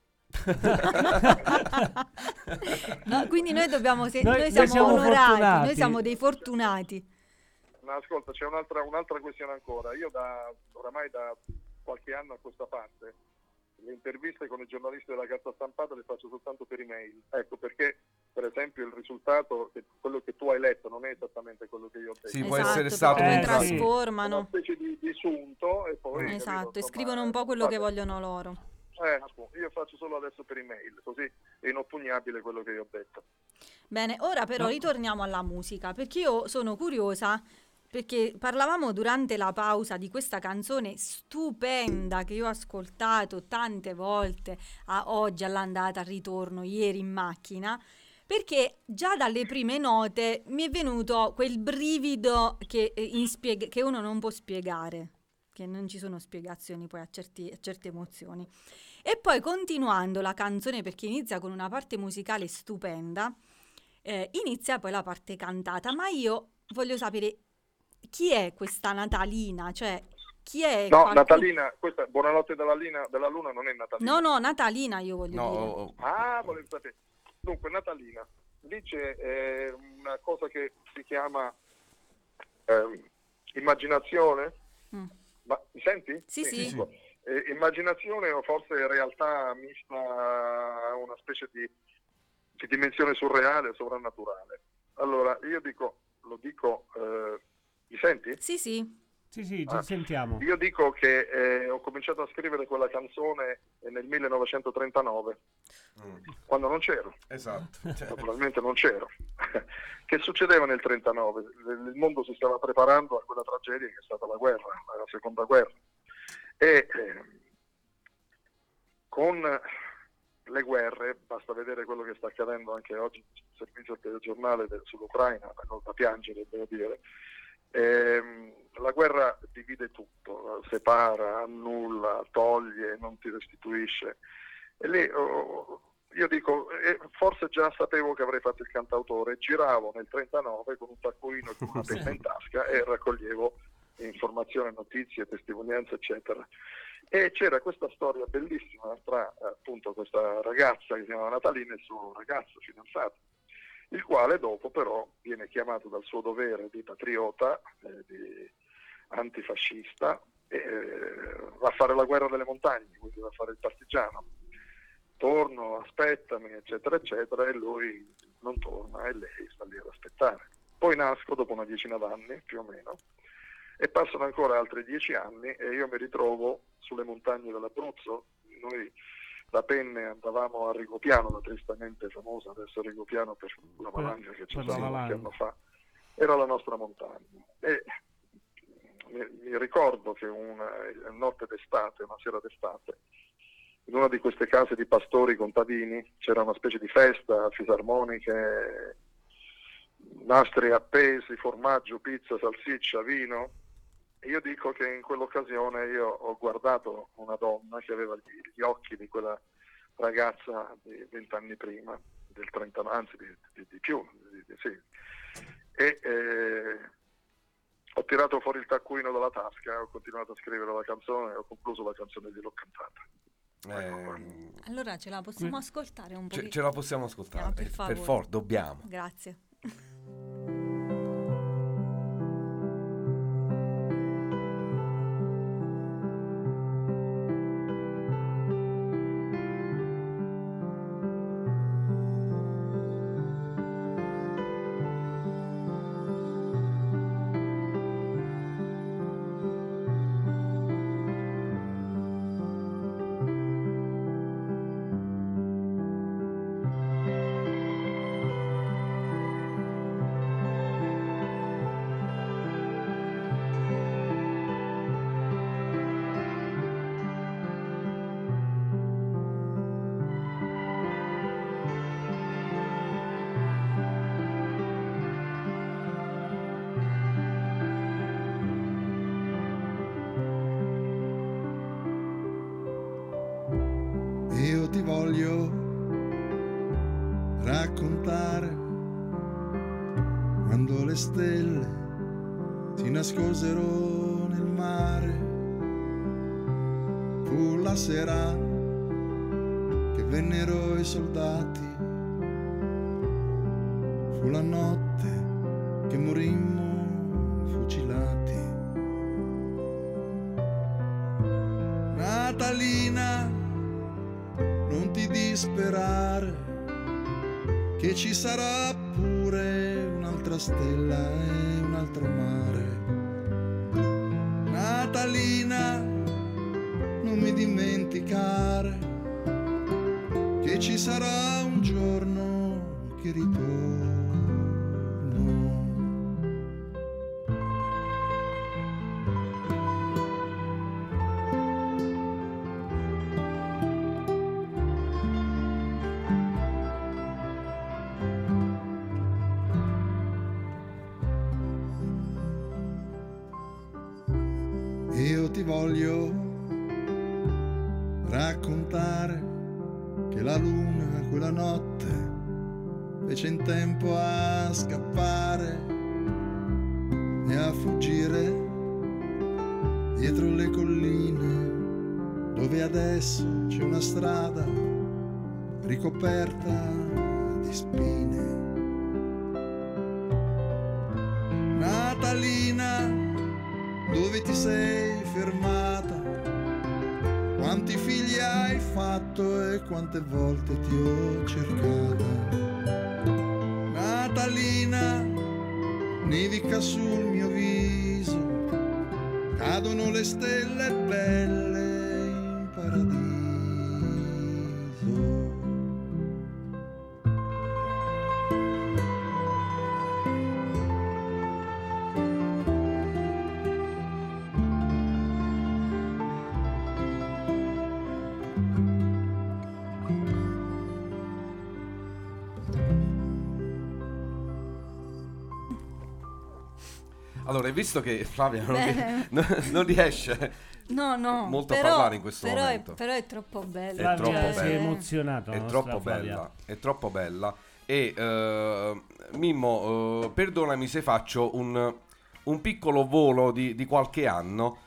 No, quindi noi dobbiamo noi siamo siamo onorati, fortunati. noi siamo dei fortunati. Ma ascolta, c'è un'altra questione ancora. Io oramai da qualche anno a questa parte le interviste con i giornalisti della carta stampata le faccio soltanto per email. Ecco perché, per esempio, il risultato, quello che tu hai letto, non è esattamente quello che io ho detto. Sì, può essere stato poi sì. trasformano. Una specie di sunto e poi... Esatto, capito, e scrivono un po' quello che vogliono loro. Io faccio solo adesso per email, così è inoppugnabile quello che io ho detto. Bene, ora però ritorniamo alla musica, perché io sono curiosa, perché parlavamo durante la pausa di questa canzone stupenda che io ho ascoltato tante volte, oggi all'andata, al ritorno, ieri in macchina, perché già dalle prime note mi è venuto quel brivido che uno non può spiegare, che non ci sono spiegazioni poi a certe emozioni. E poi continuando la canzone, perché inizia con una parte musicale stupenda, inizia poi la parte cantata, ma io voglio sapere chi è questa Natalina, cioè chi è Natalina, questa Buonanotte della Luna non è Natalina. No, Natalina io voglio dire. Volevo sapere. Dunque, Natalina, lì c'è una cosa che si chiama immaginazione. Ma mi senti? Sì. Immaginazione o forse realtà mista a una specie di dimensione surreale o sovrannaturale. Allora, io lo dico, mi senti? Sì. Sì, ci sentiamo. Io dico che ho cominciato a scrivere quella canzone nel 1939, quando non c'ero. Esatto. Naturalmente non c'ero. Che succedeva nel 1939? Il mondo si stava preparando a quella tragedia che è stata la guerra, la seconda guerra. E con le guerre, basta vedere quello che sta accadendo anche oggi sul servizio del telegiornale sull'Ucraina, da piangere, devo dire. La guerra divide tutto, separa, annulla, toglie, non ti restituisce. E lì io dico, forse già sapevo che avrei fatto il cantautore, giravo nel 39 con un taccuino e con una penna in tasca e raccoglievo informazioni, notizie, testimonianze, eccetera. E c'era questa storia bellissima tra appunto questa ragazza che si chiamava Natalina e il suo ragazzo fidanzato, il quale dopo però viene chiamato dal suo dovere di patriota, di antifascista, e va a fare la guerra delle montagne, quindi va a fare il partigiano. Torno, aspettami, eccetera, eccetera, e lui non torna e lei sta lì ad aspettare. Poi nasco dopo una decina d'anni, più o meno, e passano ancora altri 10 anni e io mi ritrovo sulle montagne dell'Abruzzo. Noi da Penne andavamo a Rigopiano, la tristemente famosa adesso Rigopiano per la valanga che c'è stata qualche anno fa, era la nostra montagna. E mi ricordo che una notte d'estate, una sera d'estate, in una di queste case di pastori contadini c'era una specie di festa, fisarmoniche, nastri appesi, formaggio, pizza, salsiccia, vino. E io dico che in quell'occasione io ho guardato una donna che aveva gli occhi di quella ragazza di 20 anni prima, del 30, anzi di più, sì. E ho tirato fuori il taccuino dalla tasca, ho continuato a scrivere la canzone e ho concluso la canzone e l'ho cantata. Allora ce la possiamo ascoltare un po'? Ce la possiamo ascoltare, per favore. forza, dobbiamo. Grazie. Io ti voglio raccontare quando le stelle si nascosero nel mare. Fu la sera che vennero i soldati, fu la notte che morimmo fucilati. Natalina, non ti disperare, che ci sarà pure un'altra stella e un altro mare. Natalina, non mi dimenticare, che ci sarà un giorno che ritorno. Io ti voglio raccontare che la luna quella notte fece in tempo a scappare e a fuggire dietro le colline, dove adesso c'è una strada ricoperta di spine. Natalina, dove ti sei fermata? Quanti figli hai fatto e quante volte ti ho cercata? Natalina, nevica sul mio viso, cadono le stelle belle in paradiso. Allora, visto che Flavia non riesce molto però, a parlare in questo momento. Però è troppo bello. È troppo si è bello. emozionato. È troppo bella, è troppo bella. E Mimmo, perdonami se faccio un piccolo volo di qualche anno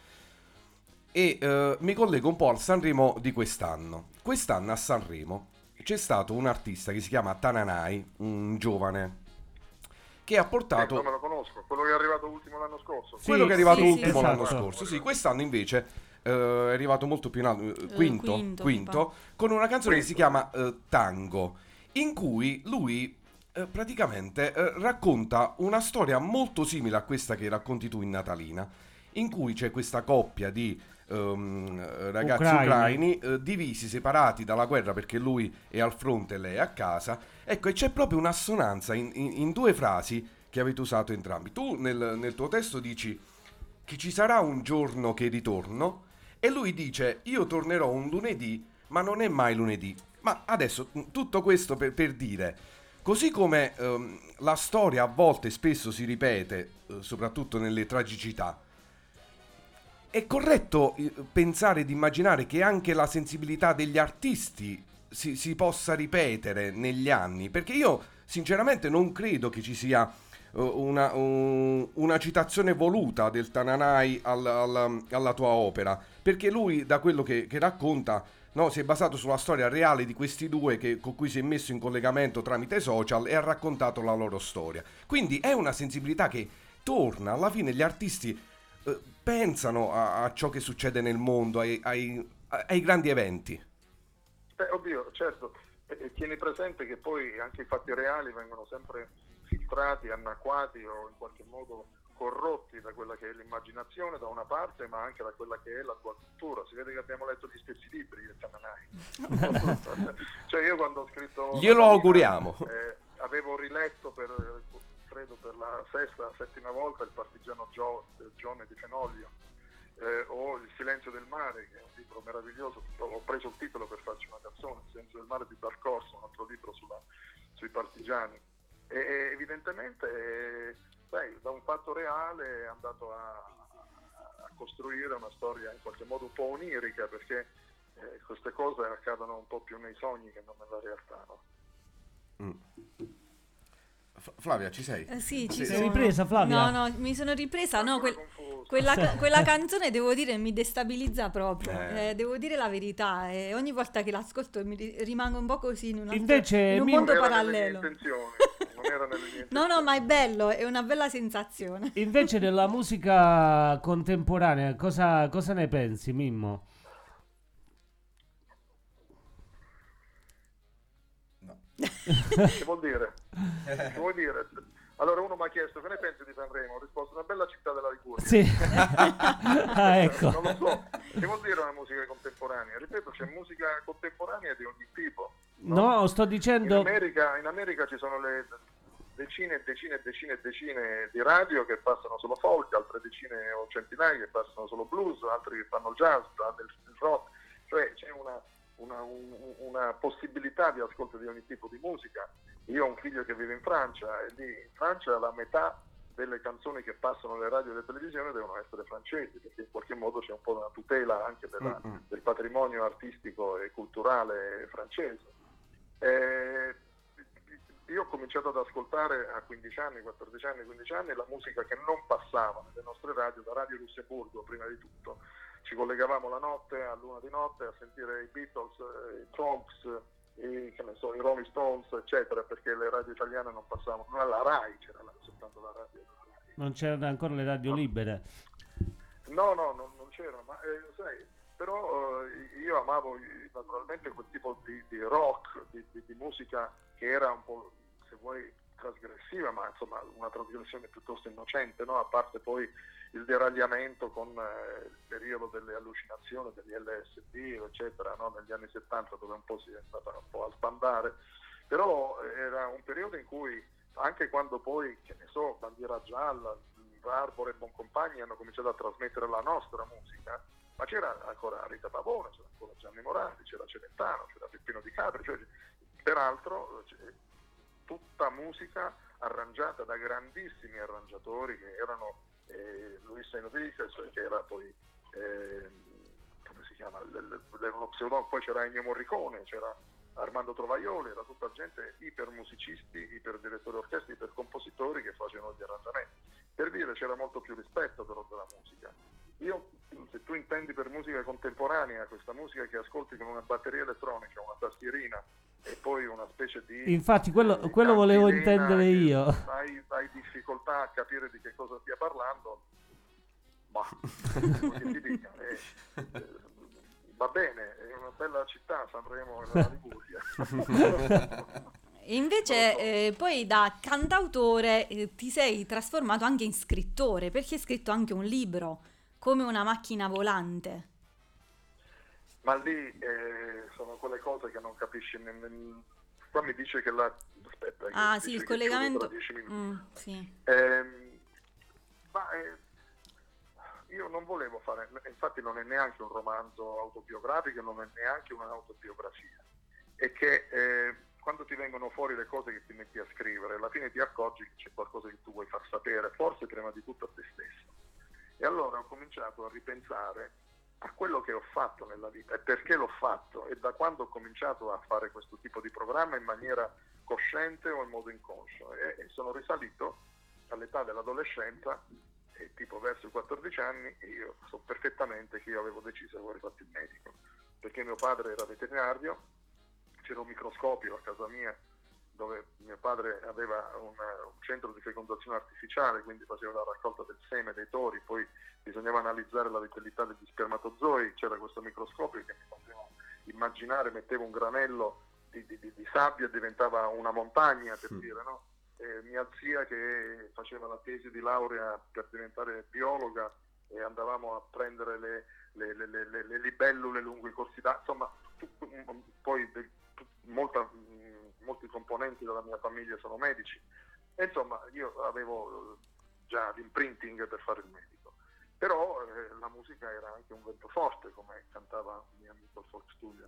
e mi collego un po' al Sanremo di quest'anno. Quest'anno a Sanremo c'è stato un artista che si chiama Tananai, un giovane, che ha portato... non me lo conosco, quello che è arrivato ultimo l'anno scorso. Quello che è arrivato sì, ultimo sì. l'anno Esatto. scorso. Sì, quest'anno invece è arrivato molto più in alto, quinto, con una canzone che si chiama Tango, in cui lui praticamente racconta una storia molto simile a questa che racconti tu in Natalina, in cui c'è questa coppia di ragazzi ucraini divisi, separati dalla guerra perché lui è al fronte e lei è a casa. Ecco, e c'è proprio un'assonanza in due frasi che avete usato entrambi. Tu nel tuo testo dici che ci sarà un giorno che ritorno, e lui dice io tornerò un lunedì, ma non è mai lunedì. Ma adesso tutto questo per dire, così come la storia a volte spesso si ripete, soprattutto nelle tragicità, è corretto pensare ed immaginare che anche la sensibilità degli artisti si possa ripetere negli anni? Perché io sinceramente non credo che ci sia una citazione voluta del Tananai alla tua opera, perché lui, da quello che racconta, no, si è basato sulla storia reale di questi due con cui si è messo in collegamento tramite social e ha raccontato la loro storia. Quindi è una sensibilità che torna. Alla fine gli artisti pensano a ciò che succede nel mondo, ai grandi eventi. Oddio, certo, tieni presente che poi anche i fatti reali vengono sempre filtrati, annacquati o in qualche modo corrotti da quella che è l'immaginazione da una parte, ma anche da quella che è la tua cultura. Si vede che abbiamo letto gli stessi libri del Tananai. Cioè io quando ho scritto Glielo auguriamo. avevo riletto credo per la settima volta il Partigiano Gione di Fenoglio, o Il silenzio del mare, che è un libro meraviglioso. Ho preso il titolo per farci una canzone, Il silenzio del mare di Barcorso, un altro libro sui partigiani. E evidentemente da un fatto reale è andato a costruire una storia in qualche modo un po' onirica, perché queste cose accadono un po' più nei sogni che non nella realtà, no? Flavia, ci sei? Sì, ci Sei sono. ripresa, Flavia? No, mi sono ripresa. No, Confuso. quella canzone, devo dire, mi destabilizza proprio. Devo dire la verità. Ogni volta che l'ascolto rimango un po' così in un mondo parallelo. Non era nelle mie intenzioni. No, ma è bello, è una bella sensazione. Invece della musica contemporanea, cosa ne pensi, Mimmo? Che vuol dire? Che vuol dire? Allora uno mi ha chiesto che ne pensi di Sanremo, ho risposto una bella città della Liguria. Sì. Ecco. Non lo so, che vuol dire una musica contemporanea? Ripeto, c'è musica contemporanea di ogni tipo. No, sto dicendo... In America ci sono le decine e decine di radio che passano solo folk, altre decine o centinaia che passano solo blues, altri che fanno jazz, il rock. Cioè c'è una possibilità di ascolto di ogni tipo di musica. Io ho un figlio che vive in Francia e lì in Francia la metà delle canzoni che passano alle radio e alle televisioni devono essere francesi, perché in qualche modo c'è un po' una tutela anche del patrimonio artistico e culturale francese. Io ho cominciato ad ascoltare a 15 anni, 14 anni, 15 anni la musica che non passava nelle nostre radio, da Radio Lussemburgo prima di tutto. Ci collegavamo la notte, a luna di notte, a sentire i Beatles, i Trunks, i Rolling Stones, eccetera, perché le radio italiane non passavano. Non alla RAI, c'era soltanto la radio. Non c'erano ancora le radio libere. No, non c'erano, ma sai, però io amavo naturalmente quel tipo di rock, di musica che era un po', se vuoi, trasgressiva, ma insomma una trasgressione piuttosto innocente, no? A parte poi il deragliamento con il periodo delle allucinazioni, degli LSD, eccetera, no? Negli anni 70, dove un po' si è andata un po' a sbandare, però era un periodo in cui, anche quando poi, che ne so, Bandiera Gialla, Arbore e Boncompagni hanno cominciato a trasmettere la nostra musica, ma c'era ancora Rita Pavone, c'era ancora Gianni Morandi, c'era Celentano, c'era Peppino Di Capri, cioè, peraltro tutta musica arrangiata da grandissimi arrangiatori che erano Luis Enriquez, che era poi era uno pseudonimo, poi c'era Ennio Morricone, c'era Armando Trovaioli, era tutta gente ipermusicisti, iperdirettori orchestri, ipercompositori che facevano gli arrangiamenti. Per dire, c'era molto più rispetto però della musica. Io, se tu intendi per musica contemporanea questa musica che ascolti con una batteria elettronica, una tastierina e poi una specie di... Infatti quello volevo intendere io. Hai difficoltà a capire di che cosa stia parlando, ma come che ti dica, va bene, è una bella città, Sanremo e la Liguria. Invece poi da cantautore ti sei trasformato anche in scrittore, perché hai scritto anche un libro, Come una macchina volante. Ma lì sono quelle cose che non capisci nemmeno. Qua mi dice che aspetta, sì, il collegamento. 10 minuti. Sì. Io non volevo fare, infatti non è neanche un romanzo autobiografico, non è neanche un'autobiografia. È che quando ti vengono fuori le cose che ti metti a scrivere, alla fine ti accorgi che c'è qualcosa che tu vuoi far sapere, forse prima di tutto a te stesso. E allora ho cominciato a ripensare a quello che ho fatto nella vita e perché l'ho fatto, e da quando ho cominciato a fare questo tipo di programma in maniera cosciente o in modo inconscio, e sono risalito all'età dell'adolescenza, tipo verso i 14 anni, e io so perfettamente che io avevo deciso che avrei fatto il medico, perché mio padre era veterinario, c'era un microscopio a casa mia dove mio padre aveva un centro di fecondazione artificiale, quindi faceva la raccolta del seme dei tori, poi bisognava analizzare la vitalità degli spermatozoi, c'era questo microscopio che mi faceva immaginare, metteva un granello di sabbia e diventava una montagna, per dire, no? Mia zia che faceva la tesi di laurea per diventare biologa, e andavamo a prendere le libellule lungo i corsi d'acqua, insomma, poi molti componenti della mia famiglia sono medici, e insomma io avevo già l'imprinting per fare il medico, però la musica era anche un vento forte, come cantava un mio amico al Folk Studio,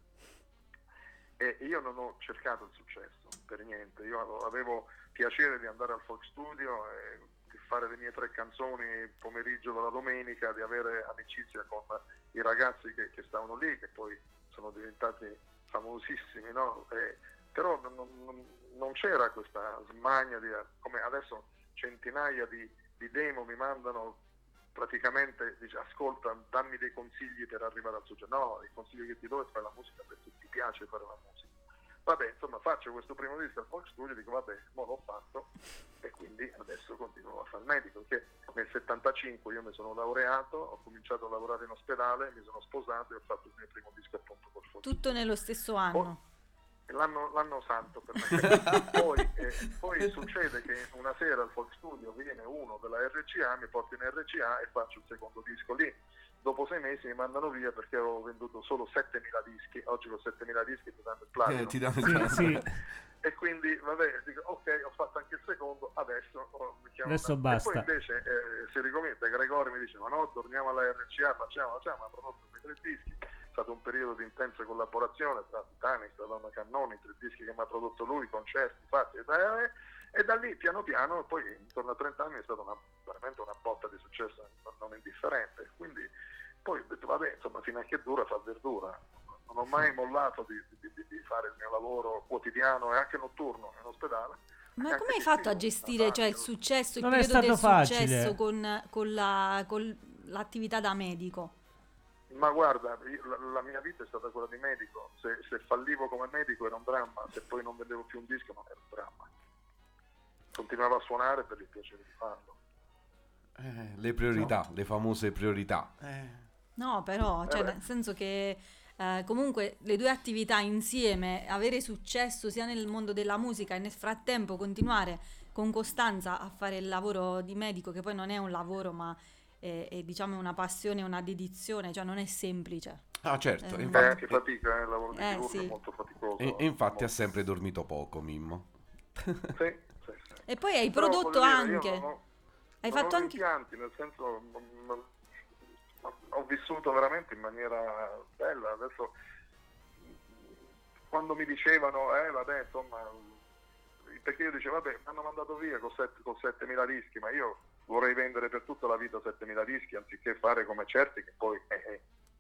e io non ho cercato il successo per niente. Io avevo piacere di andare al Folk Studio e di fare le mie 3 canzoni il pomeriggio della domenica, di avere amicizia con i ragazzi che stavano lì, che poi sono diventati famosissimi, no? Però non c'era questa smania come adesso centinaia di demo mi mandano, praticamente dice ascolta, dammi dei consigli per arrivare al successo. No, il consiglio che ti do è fare la musica perché ti piace fare la musica. Vabbè, insomma, faccio questo primo disco al Folk Studio, dico vabbè, mo l'ho fatto, e quindi adesso continuo a fare il medico, perché nel 75 io mi sono laureato, ho cominciato a lavorare in ospedale, mi sono sposato e ho fatto il mio primo disco appunto col Folk Studio. Tutto nello stesso anno. L'anno santo per me. Poi succede che una sera al Folk Studio viene uno della RCA, mi porta in RCA e faccio il secondo disco lì. Dopo 6 mesi mi mandano via perché avevo venduto solo 7.000 dischi. Oggi con 7.000 dischi ti danno il platino. Ti danno il platino. Sì. E quindi vabbè, dico ok, ho fatto anche il secondo, adesso mi chiamo. Adesso basta. E poi invece si ricomincia, Gregori mi dice ma no, torniamo alla RCA, facciamo, ha prodotto quei 3 dischi. È stato un periodo di intensa collaborazione tra Titanic, tra Donna Cannoni, 3 dischi che mi ha prodotto lui, concerti fatti, e da lì piano piano, poi intorno a 30 anni è stata veramente una botta di successo non indifferente. Quindi poi ho detto vabbè, insomma, fino a che dura fa verdura. Non ho mai mollato di fare il mio lavoro quotidiano e anche notturno in ospedale. Ma come hai fatto a gestire, cioè, il successo, il Non è periodo del stato successo facile. con l'attività da medico? Ma guarda, la mia vita è stata quella di medico. Se fallivo come medico era un dramma, se poi non vendevo più un disco non era un dramma. Continuavo a suonare per il piacere di farlo. Le priorità, le famose priorità. No, però, cioè, nel senso che comunque le 2 attività insieme, avere successo sia nel mondo della musica e nel frattempo continuare con costanza a fare il lavoro di medico, che poi non è un lavoro ma è diciamo una passione, una dedizione, cioè non è semplice. Ah certo, Che fatica, il lavoro di chirurgo sì. è molto faticoso. e infatti ha sempre dormito poco, Mimmo. Sì. E poi hai Però, prodotto voglio dire, anche. Hai non fatto ho anche. rimpianti, nel senso ho vissuto veramente in maniera bella. Adesso quando mi dicevano vabbè, insomma, perché io dicevo vabbè, mi hanno mandato via con 7.000 dischi, ma io vorrei vendere per tutta la vita 7.000 dischi anziché fare come certi che poi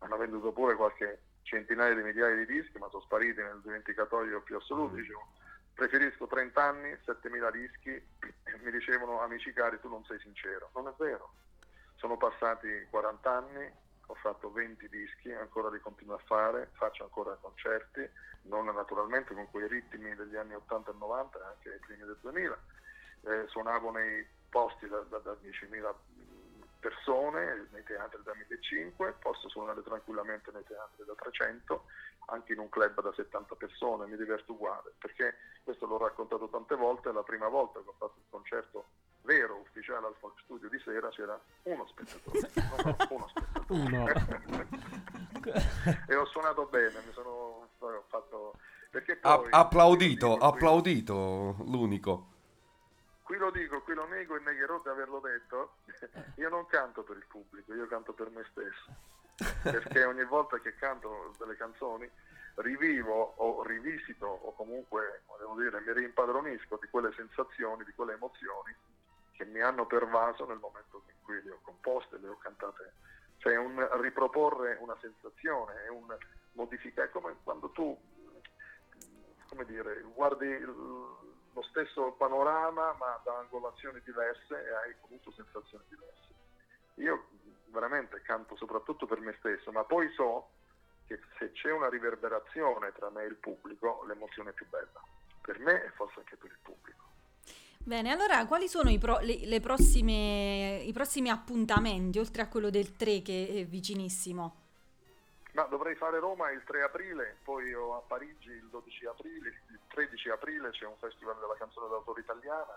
hanno venduto pure qualche centinaia di migliaia di dischi, ma sono spariti nel dimenticatoio più assoluto. Dicevo, preferisco 30 anni, 7.000 dischi, e mi dicevano, amici cari, tu non sei sincero. Non è vero, sono passati 40 anni, ho fatto 20 dischi, ancora li continuo a fare, faccio ancora concerti, non naturalmente con quei ritmi degli anni 80 e 90, anche ai primi del 2000, suonavo nei posti da 10.000 persone, nei teatri da 1.500, posso suonare tranquillamente nei teatri da 300, anche in un club da 70 persone, mi diverto uguale, perché questo l'ho raccontato tante volte, la prima volta che ho fatto il concerto vero, ufficiale al Folk Studio di sera, c'era uno spettatore, uno spettatore. E ho suonato bene, mi sono fatto... Perché poi, applaudito l'unico. Qui lo dico, qui lo nego e negherò di averlo detto, io non canto per il pubblico, io canto per me stesso, perché ogni volta che canto delle canzoni rivivo o rivisito o comunque, devo dire, mi rimpadronisco di quelle sensazioni, di quelle emozioni che mi hanno pervaso nel momento in cui le ho composte, le ho cantate. Cioè un riproporre una sensazione, è un modificare, come quando tu, come dire, guardi lo stesso panorama ma da angolazioni diverse e hai comunque sensazioni diverse. Io veramente canto soprattutto per me stesso, ma poi so che se c'è una riverberazione tra me e il pubblico, l'emozione è più bella, per me e forse anche per il pubblico. Bene, allora quali sono i prossimi appuntamenti, oltre a quello del 3 che è vicinissimo? Ma dovrei fare Roma il 3 aprile, poi ho a Parigi il 12 aprile, il 13 aprile c'è un festival della canzone d'autore italiana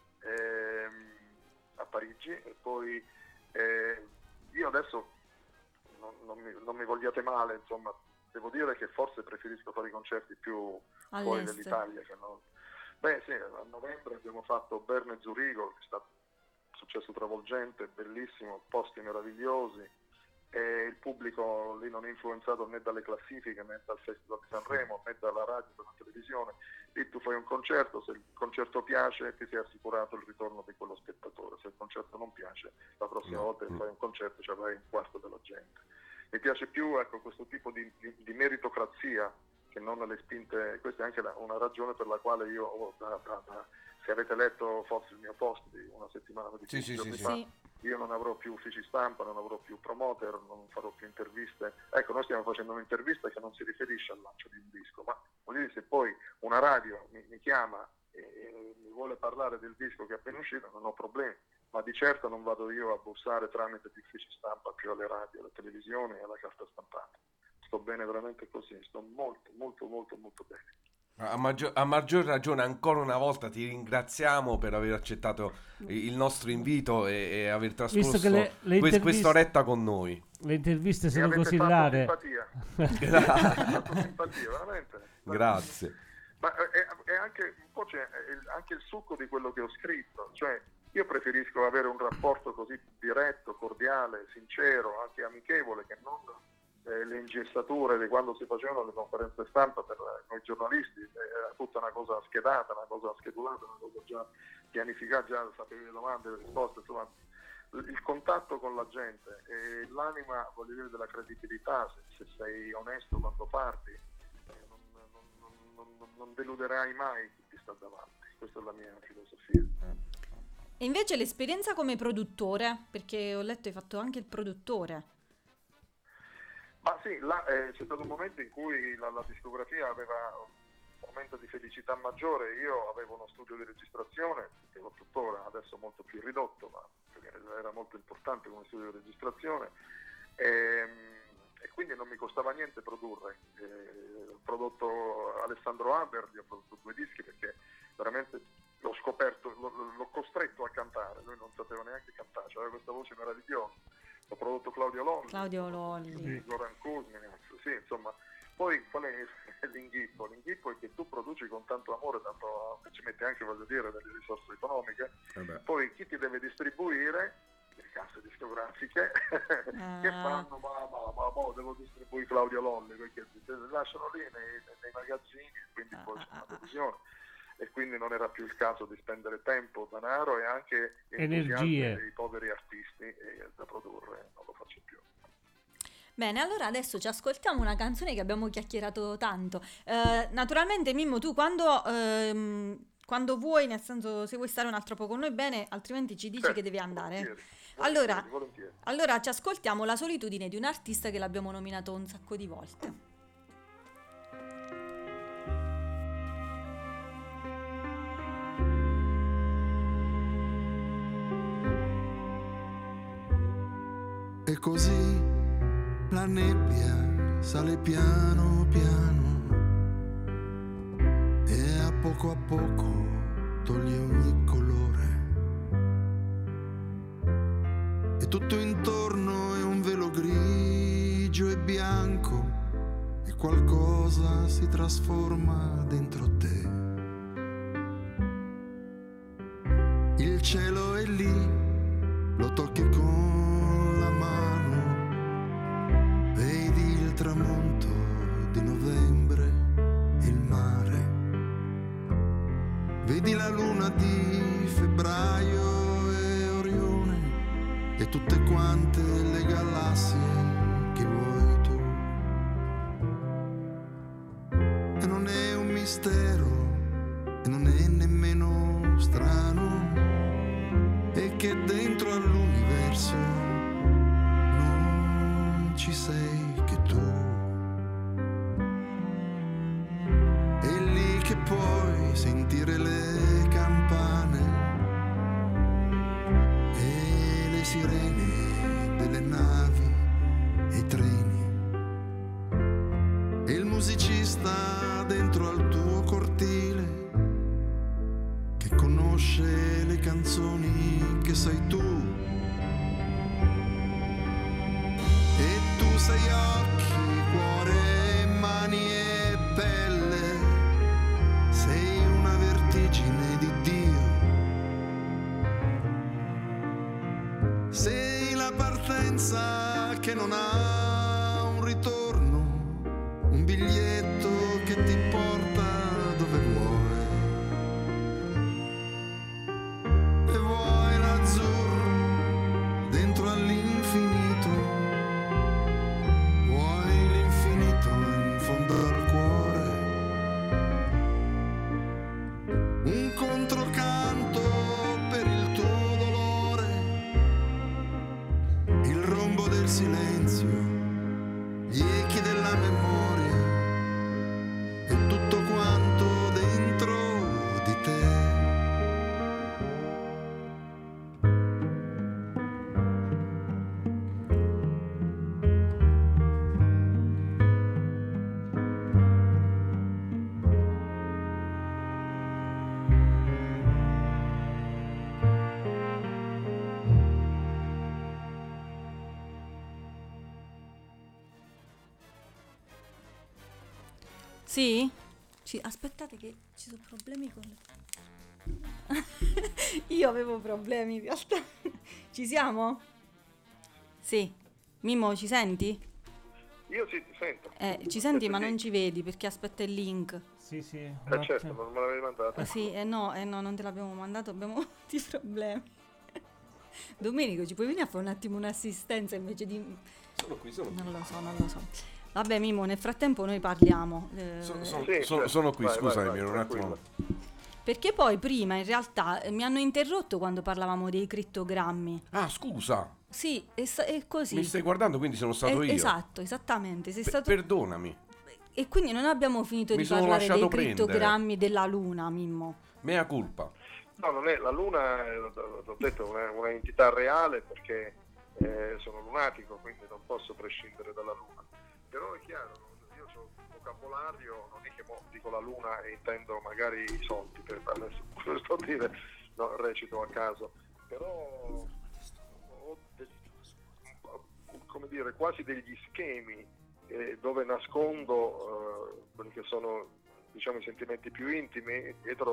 a Parigi, e poi io adesso non mi vogliate male, insomma, devo dire che forse preferisco fare i concerti più fuori dall'Italia che non... Beh sì, a novembre abbiamo fatto Berna e Zurigo, che è stato un successo travolgente, bellissimo, posti meravigliosi, e il pubblico lì non è influenzato né dalle classifiche né dal Festival di Sanremo né dalla radio, dalla televisione. Lì tu fai un concerto, se il concerto piace ti sei assicurato il ritorno di quello spettatore, se il concerto non piace la prossima volta che fai un concerto ci avrai un quarto della gente. Mi piace più, ecco, questo tipo di meritocrazia che non le spinte. Questa è anche una ragione per la quale io ho se avete letto forse il mio post di una settimana di giorni fa, io non avrò più uffici stampa, non avrò più promoter, non farò più interviste. Ecco, noi stiamo facendo un'intervista che non si riferisce al lancio di un disco, ma voglio dire, se poi una radio mi chiama e mi vuole parlare del disco che è appena uscito, non ho problemi, ma di certo non vado io a bussare tramite gli uffici stampa più alle radio, alle televisioni e alla carta stampata. Sto bene veramente così, sto molto molto molto molto bene. A maggior ragione, ancora una volta ti ringraziamo per aver accettato il nostro invito e aver trascorso quest'oretta con noi. Le interviste sono così rare. Simpatia, veramente. Grazie. Ma è anche un po' c'è anche il succo di quello che ho scritto, cioè io preferisco avere un rapporto così diretto, cordiale, sincero, anche amichevole, che non le ingessature di quando si facevano le conferenze stampa per noi giornalisti. Era tutta una cosa schedata, una cosa schedulata, una cosa già pianificata, già sapevi le domande, le risposte, insomma il contatto con la gente e l'anima, voglio dire, della credibilità, se sei onesto quando parti, non deluderai mai chi ti sta davanti. Questa è la mia filosofia. E invece l'esperienza come produttore, perché ho letto hai fatto anche il produttore. Ma sì, là c'è stato un momento in cui la discografia aveva un momento di felicità maggiore. Io avevo uno studio di registrazione, che l'ho tuttora, adesso molto più ridotto, ma era molto importante come studio di registrazione, e quindi non mi costava niente produrre. Ho prodotto Alessandro Haber, gli ho prodotto 2 dischi perché veramente l'ho scoperto, l'ho costretto a cantare, lui non sapeva neanche cantare, aveva questa voce meravigliosa. Ho prodotto Claudio Lolli, Goran Kuzminec, sì, insomma. Poi qual è l'inghippo? L'inghippo è che tu produci con tanto amore, tanto ci metti anche, voglio dire, delle risorse economiche, poi chi ti deve distribuire, le case discografiche, che fanno, ma devo distribuire Claudio Lolli, perché ti lasciano lì nei magazzini, quindi poi c'è una televisione. E quindi non era più il caso di spendere tempo, denaro e anche energie dei poveri artisti da produrre, non lo faccio più. Bene, allora adesso ci ascoltiamo una canzone che abbiamo chiacchierato tanto. Naturalmente, Mimmo, tu quando vuoi, nel senso, se vuoi stare un altro po' con noi, bene, altrimenti ci dici che devi andare. Volentieri. Allora ci ascoltiamo La solitudine di un artista che l'abbiamo nominato un sacco di volte. E così la nebbia sale piano piano e a poco toglie ogni colore. E tutto intorno è un velo grigio e bianco e qualcosa si trasforma dentro te. Il cielo è lì, lo tocchi con la mano, vedi il tramonto di novembre e il mare, vedi la luna di febbraio e Orione e tutte quante le galassie che vuoi tu. E non è un mistero e non è nemmeno strano, e che dentro all'universo non ci sei che tu. È lì che puoi sentire le campane e le sirene delle navi e i treni, e il musicista dentro al tuo cortile che conosce le canzoni che sai tu. E tu sei occhi, cuore, mani e pelle, sei una vertigine di Dio, sei la partenza che non ha un ritorno, un biglietto che ti porta dove vuoi. Dentro all'infinito, vuoi l'infinito in fondo al cuore, un controcanto per il tuo dolore, il rombo del silenzio, gli echi della memoria e tutto quanto dentro di te. Sì? Aspettate che ci sono problemi con Io avevo problemi in realtà. Ci siamo? Sì. Mimmo, ci senti? Io sì, ti sento. Ci senti ma non ci vedi perché aspetta il link. Sì, sì. Certo, non me l'avevi mandato. Sì, no, non te l'abbiamo mandato, abbiamo molti problemi. Domenico, ci puoi venire a fare un attimo un'assistenza invece di... Sono qui. Non lo so. Vabbè, Mimmo, nel frattempo noi parliamo. Sono qui, scusami, vai, ero un attimo. Perché poi prima in realtà mi hanno interrotto quando parlavamo dei crittogrammi. Ah, scusa. Sì, è così. Mi stai guardando, quindi sono stato io. Esatto, esattamente. Sei stato... Perdonami. E quindi non abbiamo finito Mi di sono parlare dei lasciato crittogrammi della Luna, Mimmo. Mea culpa. No, non è la Luna, l'ho detto, una entità reale perché sono lunatico, quindi non posso prescindere dalla Luna. Però è chiaro, io ho un vocabolario, non è che dico la Luna e intendo magari i soldi, per adesso sto a dire, no, recito a caso, però ho come dire, quasi degli schemi dove nascondo quelli che sono, diciamo, i sentimenti più intimi dietro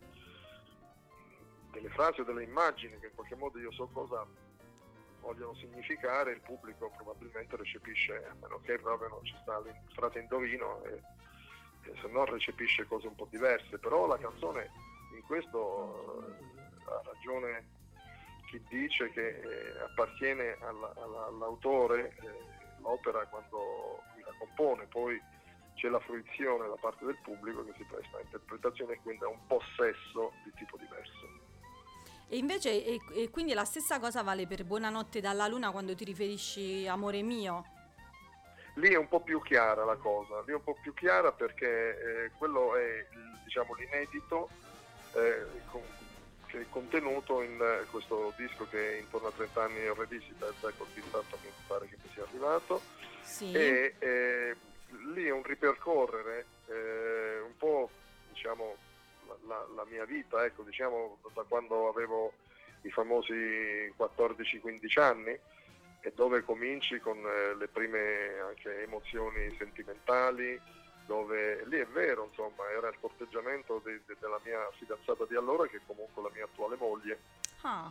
delle frasi o delle immagini che in qualche modo io so cosa vogliono significare, il pubblico probabilmente recepisce, a meno che proprio non ci sta il frate indovino, e se no recepisce cose un po' diverse. Però la canzone in questo ha ragione chi dice che appartiene all'autore l'opera quando lui la compone, poi c'è la fruizione da parte del pubblico che si presta a interpretazione e quindi a un possesso di tipo diverso. E invece, e quindi la stessa cosa vale per Buonanotte dalla Luna quando ti riferisci amore mio? Lì è un po' più chiara la cosa, lì è un po' più chiara perché quello è diciamo l'inedito che è contenuto in questo disco che intorno a 30 anni è rivisita, ecco il disfatto mi pare che mi sia arrivato, Sì. e lì è un ripercorrere un po' diciamo la mia vita, ecco diciamo da quando avevo i famosi 14-15 anni, e dove cominci con le prime anche emozioni sentimentali, dove lì è vero, insomma, era il corteggiamento della mia fidanzata di allora, che è comunque la mia attuale moglie. Ah.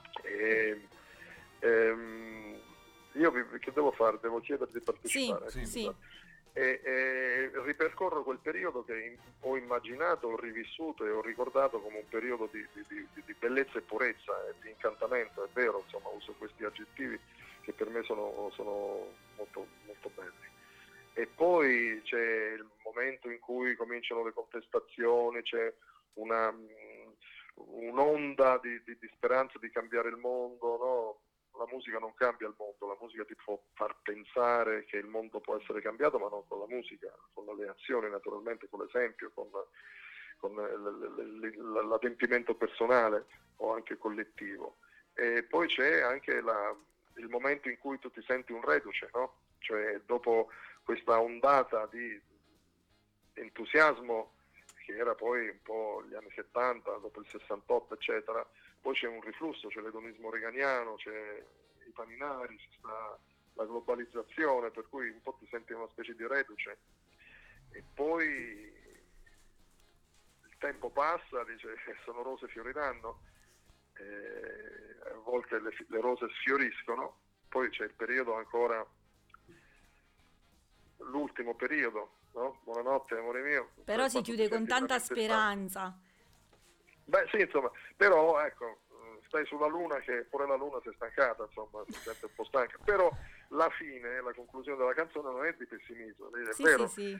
Io che devo fare? Devo chiedere di partecipare. Sì, sì. E ripercorro quel periodo che ho immaginato, ho rivissuto e ho ricordato come un periodo di bellezza e purezza e di incantamento, è vero, insomma, uso questi aggettivi che per me sono molto, molto belli. E poi c'è il momento in cui cominciano le contestazioni, c'è un'onda di speranza di cambiare il mondo, no? La musica non cambia il mondo, la musica ti può far pensare che il mondo può essere cambiato, ma non con la musica, con le azioni naturalmente, con l'esempio, con l'adempimento personale o anche collettivo. E poi c'è anche il momento in cui tu ti senti un reduce, no? Cioè dopo questa ondata di entusiasmo che era poi un po' gli anni 70, dopo il 68 eccetera, poi c'è un riflusso, c'è l'edonismo reganiano, c'è i paninari, c'è sta la globalizzazione, per cui un po' ti senti una specie di reduce, e poi il tempo passa, dice sono rose fioriranno, a volte le rose sfioriscono, poi c'è il periodo ancora, l'ultimo periodo, no? Buonanotte amore mio. Però si chiude con tanta speranza. Beh sì, insomma, però ecco, stai sulla luna che pure la luna si è stancata, insomma, si sente un po' stanca, però la fine, la conclusione della canzone non è di pessimismo, è Sì, vero, sì.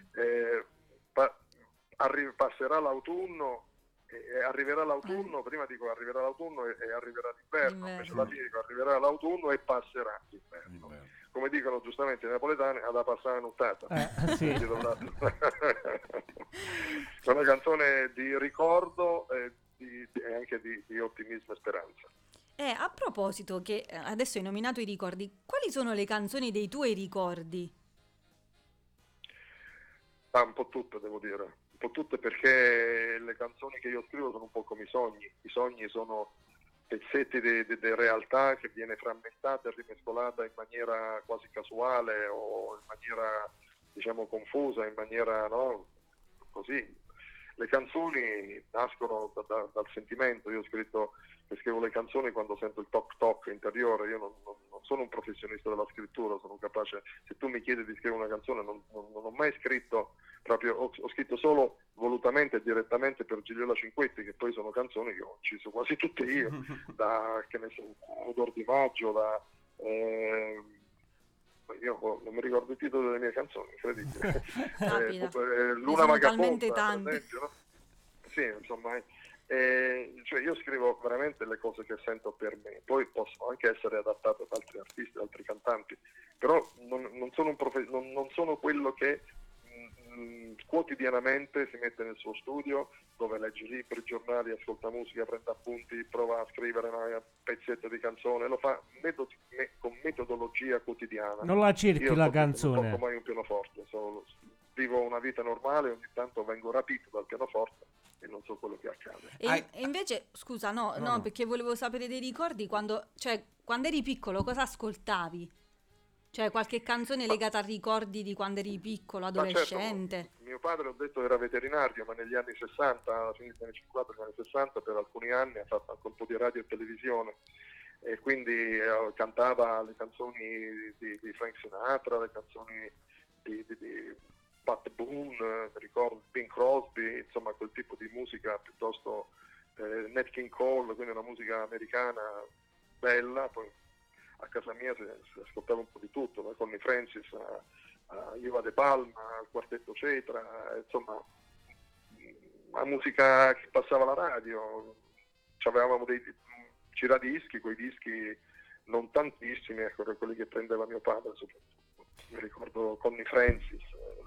passerà l'autunno e arriverà l'autunno, prima dico arriverà l'autunno e arriverà l'inverno, invece alla fine dico arriverà l'autunno e passerà l'inverno. Come dicono giustamente i napoletani, ad passare nuttata. Sì. È una canzone di ricordo e anche di ottimismo e speranza. A proposito, che adesso hai nominato i ricordi, quali sono le canzoni dei tuoi ricordi? Un po' tutte, devo dire, un po' tutte, perché le canzoni che io scrivo sono un po' come i sogni sono pezzetti di realtà che viene frammentata e rimescolata in maniera quasi casuale o in maniera diciamo confusa, in maniera no, così. Le canzoni nascono dal sentimento. Io scrivo le canzoni quando sento il toc toc interiore. Io non sono un professionista della scrittura, sono capace, se tu mi chiedi di scrivere una canzone non ho mai scritto proprio, ho scritto solo volutamente e direttamente per Gigliola Cinquetti, che poi sono canzoni che ho inciso quasi tutte io, da che ne so, Odor di Maggio, io non mi ricordo il titolo delle mie canzoni, incredibile. Luna Vagabonda, per esempio, no? Sì, insomma, cioè io scrivo veramente le cose che sento per me, poi possono anche essere adattate ad altri artisti, ad altri cantanti, però non sono quello che quotidianamente si mette nel suo studio, dove legge libri, giornali, ascolta musica, prende appunti, prova a scrivere una pezzetta di canzone, lo fa con metodologia quotidiana. Non la cerchi io la canzone. Non tocco mai un pianoforte, vivo una vita normale, ogni tanto vengo rapito dal pianoforte e non so quello che accade. E invece, scusa, no, perché volevo sapere dei ricordi quando eri piccolo, cosa ascoltavi? Cioè qualche canzone legata a ricordi di quando eri piccolo, adolescente? Certo, mio padre, ho detto, era veterinario, ma negli anni 60, alla fine degli anni 50, negli anni 60, per alcuni anni ha fatto anche un po' di radio e televisione, e quindi cantava le canzoni di Frank Sinatra, le canzoni di Pat Boone, ricordo Bing Crosby, insomma quel tipo di musica piuttosto Nat King Cole, quindi una musica americana bella. Poi a casa mia si ascoltava un po' di tutto, da Connie Francis a Iva De Palma, al Quartetto Cetra, insomma la musica che passava alla radio. Avevamo dei giradischi, quei dischi non tantissimi, ecco, quelli che prendeva mio padre soprattutto. Mi ricordo Connie Francis,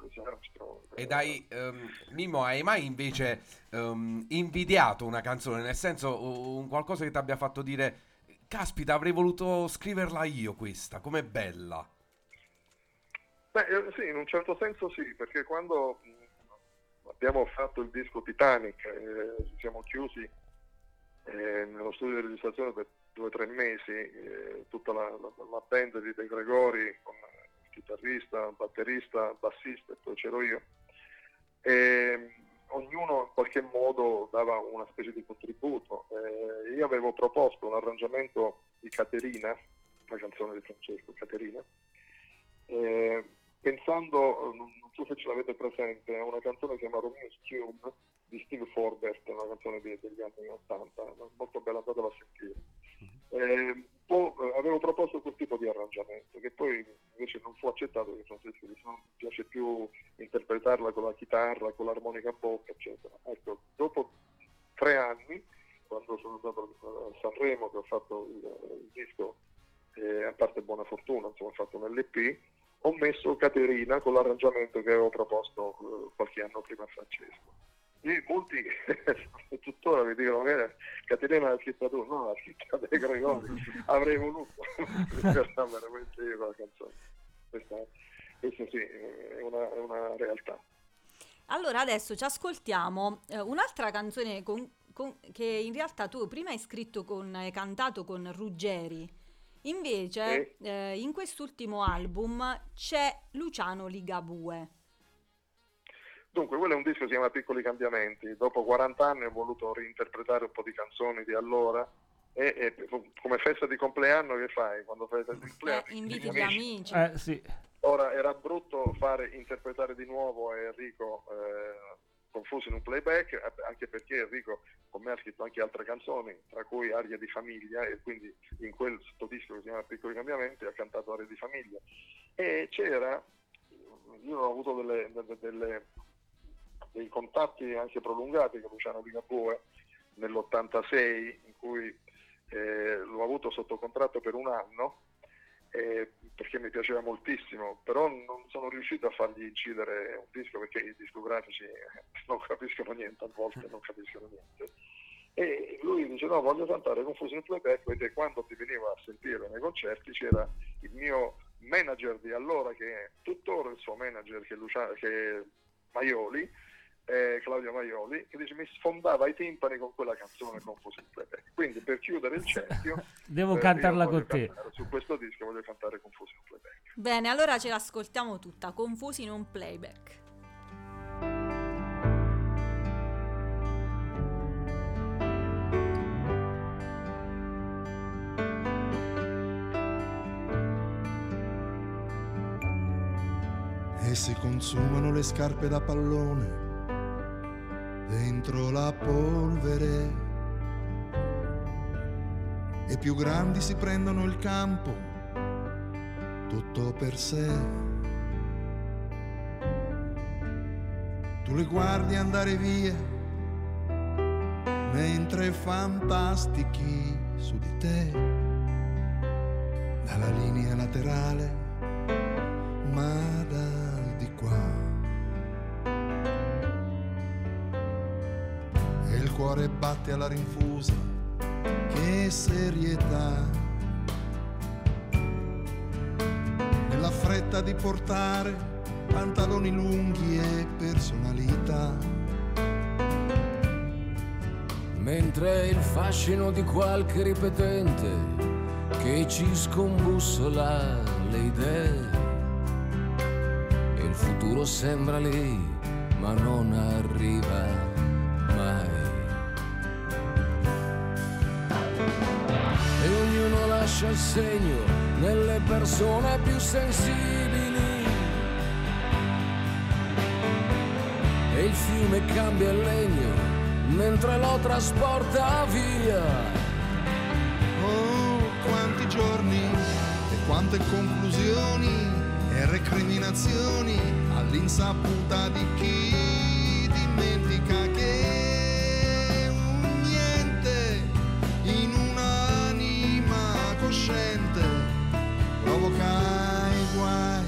Mimmo, hai mai invece invidiato una canzone, nel senso un qualcosa che ti abbia fatto dire caspita, avrei voluto scriverla io questa, com'è bella? Beh, sì, in un certo senso sì, perché quando abbiamo fatto il disco Titanic, ci siamo chiusi nello studio di registrazione per 2 o 3 mesi, tutta la band di De Gregori, con chitarrista, batterista, bassista, e poi c'ero io, e ognuno in qualche modo dava una specie di contributo. Io avevo proposto un arrangiamento di Caterina, una canzone di Francesco Caterina, pensando, non so se ce l'avete presente, a una canzone che si chiama Romeo's Cube di Steve Forbert, una canzone degli anni 80, molto bella, andatela a sentire. Avevo proposto quel tipo di arrangiamento, che poi invece non fu accettato, perché Francesco disse no, mi piace più interpretarla con la chitarra, con l'armonica a bocca, eccetera. Ecco, dopo 3 anni, quando sono andato a Sanremo, che ho fatto il disco, a parte Buona Fortuna, insomma ho fatto un LP, ho messo Caterina con l'arrangiamento che avevo proposto qualche anno prima a Francesco. E molti tuttora mi dicono che Caterina l'ha scritta tu, no, l'ha scritta De Gregori, avrei voluto veramente io con la canzone. Questa sì, è una realtà. Allora adesso ci ascoltiamo un'altra canzone che in realtà tu prima hai cantato con Ruggeri, invece in quest'ultimo album c'è Luciano Ligabue. Dunque, quello è un disco che si chiama Piccoli Cambiamenti. Dopo 40 anni ho voluto reinterpretare un po' di canzoni di allora e come festa di compleanno che fai? Quando fai festa di compleanno? Inviti gli amici. Sì. Ora, era brutto interpretare di nuovo Enrico Confuso in un playback, anche perché Enrico con me ha scritto anche altre canzoni, tra cui Aria di Famiglia, e quindi in quel disco che si chiama Piccoli Cambiamenti ha cantato Aria di Famiglia. E io ho avuto dei contatti anche prolungati con Luciano Ligabue nell'86, in cui l'ho avuto sotto contratto per 1 anno, perché mi piaceva moltissimo, però non sono riuscito a fargli incidere un disco perché i discografici non capiscono niente, a volte non capiscono niente, e lui dice no, voglio cantare Confuso in playback, perché quando ti veniva a sentire nei concerti c'era il mio manager di allora, che è tuttora il suo manager, che è Maioli, Claudio Maioli, che dice mi sfondava i timpani con quella canzone Confuso in playback. Quindi per chiudere il cerchio devo cantarla con te. Su questo disco voglio cantare Confuso in playback. Bene, allora ce l'ascoltiamo tutta, Confusi in un playback. E si consumano le scarpe da pallone dentro la polvere, e più grandi si prendono il campo tutto per sé. Tu le guardi andare via mentre fantastichi su di te dalla linea laterale, ma dal di qua. E il cuore batte alla rinfusa, che serietà, nella fretta di portare pantaloni lunghi e personalità. Mentre il fascino di qualche ripetente che ci scombussola le idee, e il futuro sembra lì ma non arriva mai, e ognuno lascia il segno nelle persone più sensibili, e il fiume cambia il legno mentre lo trasporta via. Oh, quanti giorni quante conclusioni e recriminazioni all'insaputa di chi dimentica che un niente in un'anima cosciente provoca i guai.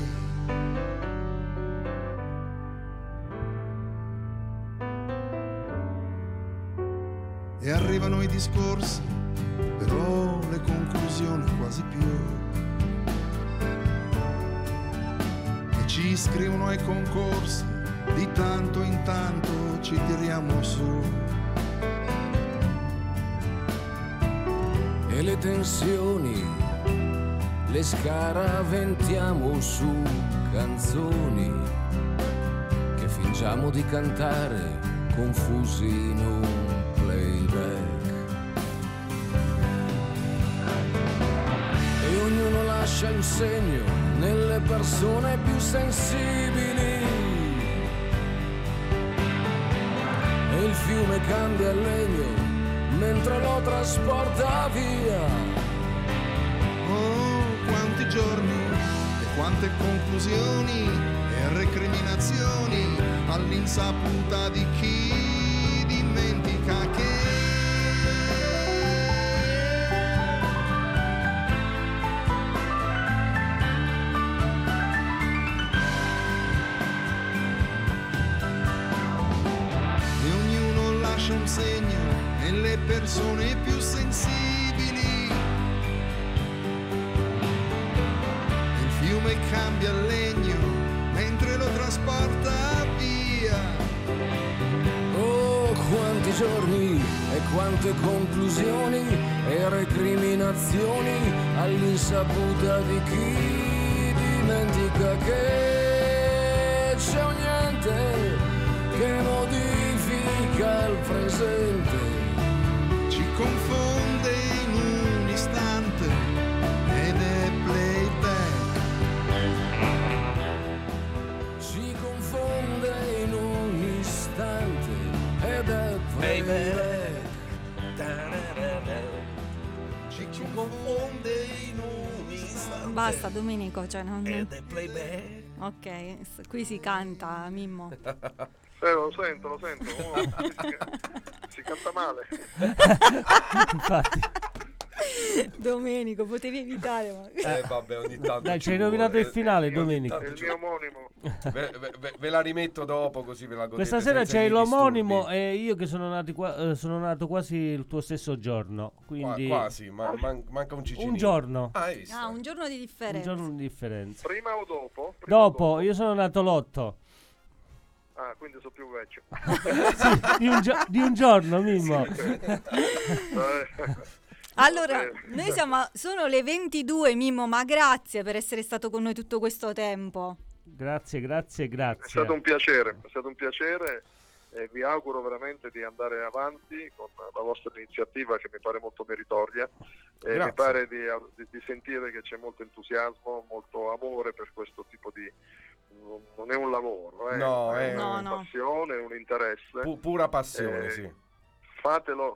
E arrivano i discorsi, però le conclusioni quasi più. E ci iscrivono ai concorsi, di tanto in tanto ci tiriamo su. E le tensioni le scaraventiamo su canzoni che fingiamo di cantare confusi in un playback. E ognuno lascia il segno nelle persone più sensibili. E il fiume cambia il legno mentre lo trasporta via. Oh, quanti giorni e quante conclusioni e recriminazioni all'insaputa di chi dimentica che e ognuno lascia un segno nelle persone più sensibili. Il fiume cambia il legno mentre lo trasporta via. Oh, quanti giorni e quante conclusioni e recriminazioni all'insaputa di chi dimentica che c'è un niente che modifica il presente. Ci confonde in un istante ed è playback. Ci confonde in un istante ed è playback. Ci confonde in un istante. Basta Domenico, cioè non... Ed è playback. Ok, qui si canta, Mimmo. Lo sento. Oh, si canta male. Infatti. Domenico, potevi evitare. Ma... Vabbè, ogni tanto. Dai, ci hai vuole. rovinato il finale, Ogni Domenico. tanto È il mio omonimo. Ve la rimetto dopo, così ve la godete. Questa sera senza c'è i l'omonimo disturbi. e io che sono nato quasi il tuo stesso giorno. Quindi Quasi, manca un ciccinino. un giorno. Ah, hai visto? Ah, un giorno di Un differenza. giorno di differenza. Prima o dopo? Prima o Dopo, io sono nato l'8. Ah, quindi sono più vecchio. Di un giorno, Mimmo. Allora, noi sono le 22, Mimmo, ma grazie per essere stato con noi tutto questo tempo. Grazie. È stato un piacere e vi auguro veramente di andare avanti con la vostra iniziativa che mi pare molto meritoria e mi pare di sentire che c'è molto entusiasmo, molto amore per questo tipo di... non è un lavoro, è una passione, un interesse. Pura passione, sì. Fatelo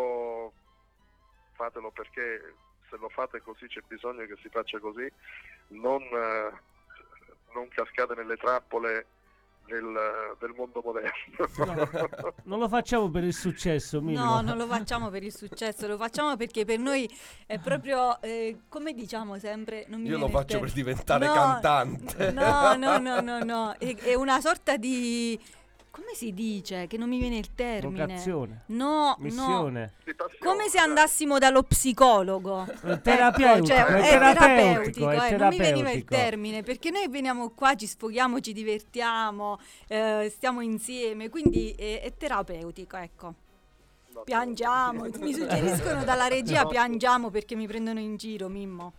perché se lo fate così c'è bisogno che si faccia così, non cascate nelle trappole del mondo moderno. No, non lo facciamo per il successo, Mimmo. No, non lo facciamo per il successo, lo facciamo perché per noi è proprio, come diciamo sempre, non mi Io viene lo il faccio per termine. diventare cantante. No, è una sorta di... come si dice? Che non mi viene il termine. Vocazione. No, missione. come se andassimo dallo psicologo. Terapeutico, È è terapeutico, terapeutico. non mi veniva il termine, perché noi veniamo qua, ci sfoghiamo, ci divertiamo, stiamo insieme, quindi è terapeutico, ecco. Piangiamo, mi suggeriscono dalla regia piangiamo perché mi prendono in giro, Mimmo.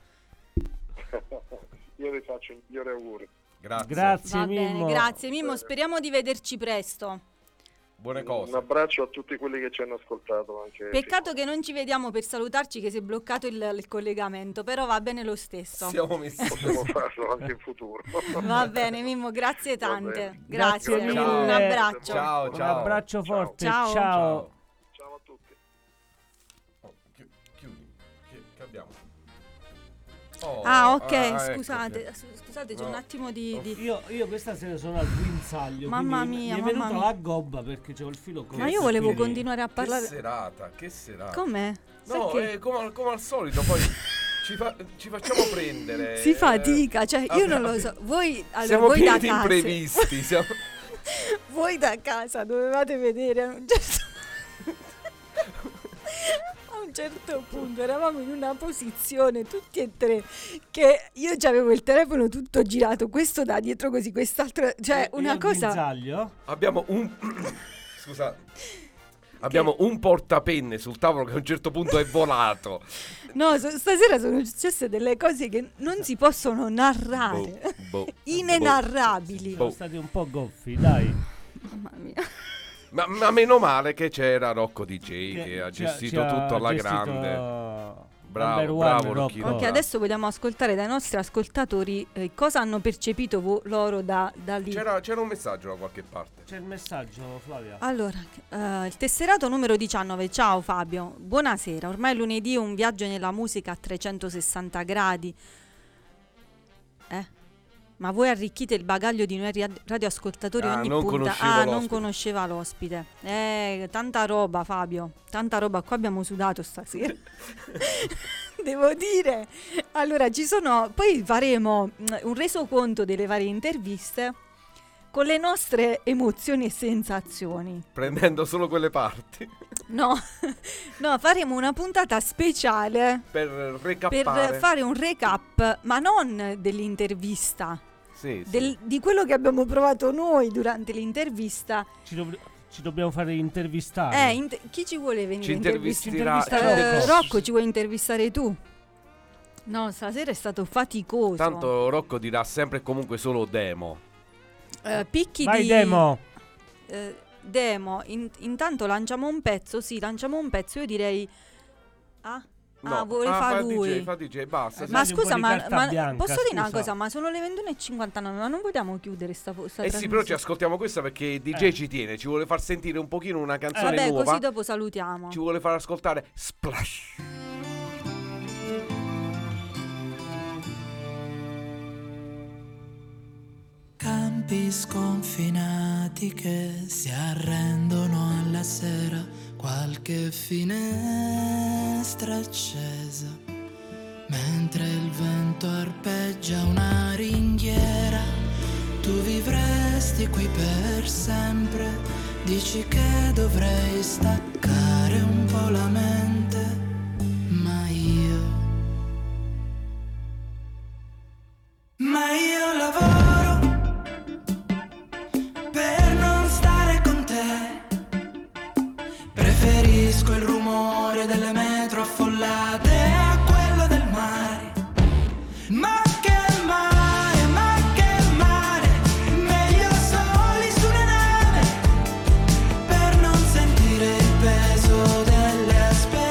Io vi faccio i migliori auguri. Grazie Va Mimmo. bene, grazie Mimmo, speriamo di vederci presto. Buone cose. Un abbraccio a tutti quelli che ci hanno ascoltato. Anche Peccato che non ci vediamo per salutarci, che si è bloccato il collegamento, però va bene lo stesso. Siamo messi. Possiamo farlo anche in futuro. Va bene Mimmo, grazie tante. Grazie Grazie, mille. un abbraccio. Ciao. Un abbraccio forte. Ciao. Ciao. Ciao a tutti. Chiudi. Che abbiamo? Ok, ecco, scusate, scusate, c'è No. un attimo di... Io questa sera sono al guinzaglio. Mamma quindi mia, mi è venuta mamma mia. la gobba perché c'ho il filo corto. Ma io volevo quindi- continuare a parlare... Che serata. Com'è? No, Sai che come al solito, poi ci facciamo prendere. si fatica, cioè io non lo so. Voi, allora, Siamo voi pieni da di casa, imprevisti. voi da casa dovevate vedere a un certo punto eravamo in una posizione tutti e tre che io avevo il telefono tutto girato, questo da dietro così, quest'altro, cioè Io una al cosa... guinzaglio. Abbiamo un. Scusa. Abbiamo un portapenne sul tavolo che a un certo punto è volato. No, stasera sono successe delle cose che non si possono narrare, inenarrabili. Siamo stati un po' goffi, dai. Mamma mia. Ma meno male che c'era Rocco DJ che ha ci gestito ci ha tutto alla gestito grande. number Bravo, one, bravo Rocco. Rocchino. Ok, adesso vogliamo ascoltare dai nostri ascoltatori cosa hanno percepito loro da lì. C'era un messaggio da qualche parte. C'è il messaggio, Flavia. Allora, il tesserato numero 19. Ciao Fabio, buonasera. Ormai lunedì un viaggio nella musica a 360 gradi. Ma voi arricchite il bagaglio di noi radioascoltatori ogni non punta. conoscevo Non l'ospite. conosceva l'ospite. Tanta roba, Fabio. Tanta roba. Qua abbiamo sudato stasera. Devo dire. Allora, poi faremo un resoconto delle varie interviste con le nostre emozioni e sensazioni. Prendendo solo quelle parti. No, faremo una puntata speciale Per recappare. per fare un recap, ma non dell'intervista, Sì, sì. di quello che abbiamo provato noi durante l'intervista. Ci dobbiamo fare intervistare. Chi ci vuole venire Ci a intervisterà Rocco. Rocco, ci vuoi intervistare tu? No, stasera è stato faticoso. Tanto Rocco dirà sempre e comunque solo demo. Picchi Vai di demo. demo. Intanto lanciamo un pezzo. Io direi vuole fare lui. Fa DJ, basta. Ma Dagli un po' scusa, di carta bianca, posso dire una scusa. cosa? Ma sono le 21:59, ma non vogliamo chiudere sta Eh sì, trasmissione? però ci ascoltiamo questa perché il DJ ci tiene, ci vuole far sentire un pochino una canzone Vabbè, nuova. così dopo salutiamo. Ci vuole far ascoltare Splash. Campi sconfinati che si arrendono alla sera, qualche finestra accesa, mentre il vento arpeggia una ringhiera. Tu vivresti qui per sempre, dici che dovrei staccare un po' la mente, ma io lavoro per non stare con te. Preferisco il rumore delle metro affollate a quello del mare. Ma che mare, meglio soli su una nave, per non sentire il peso delle aspettative.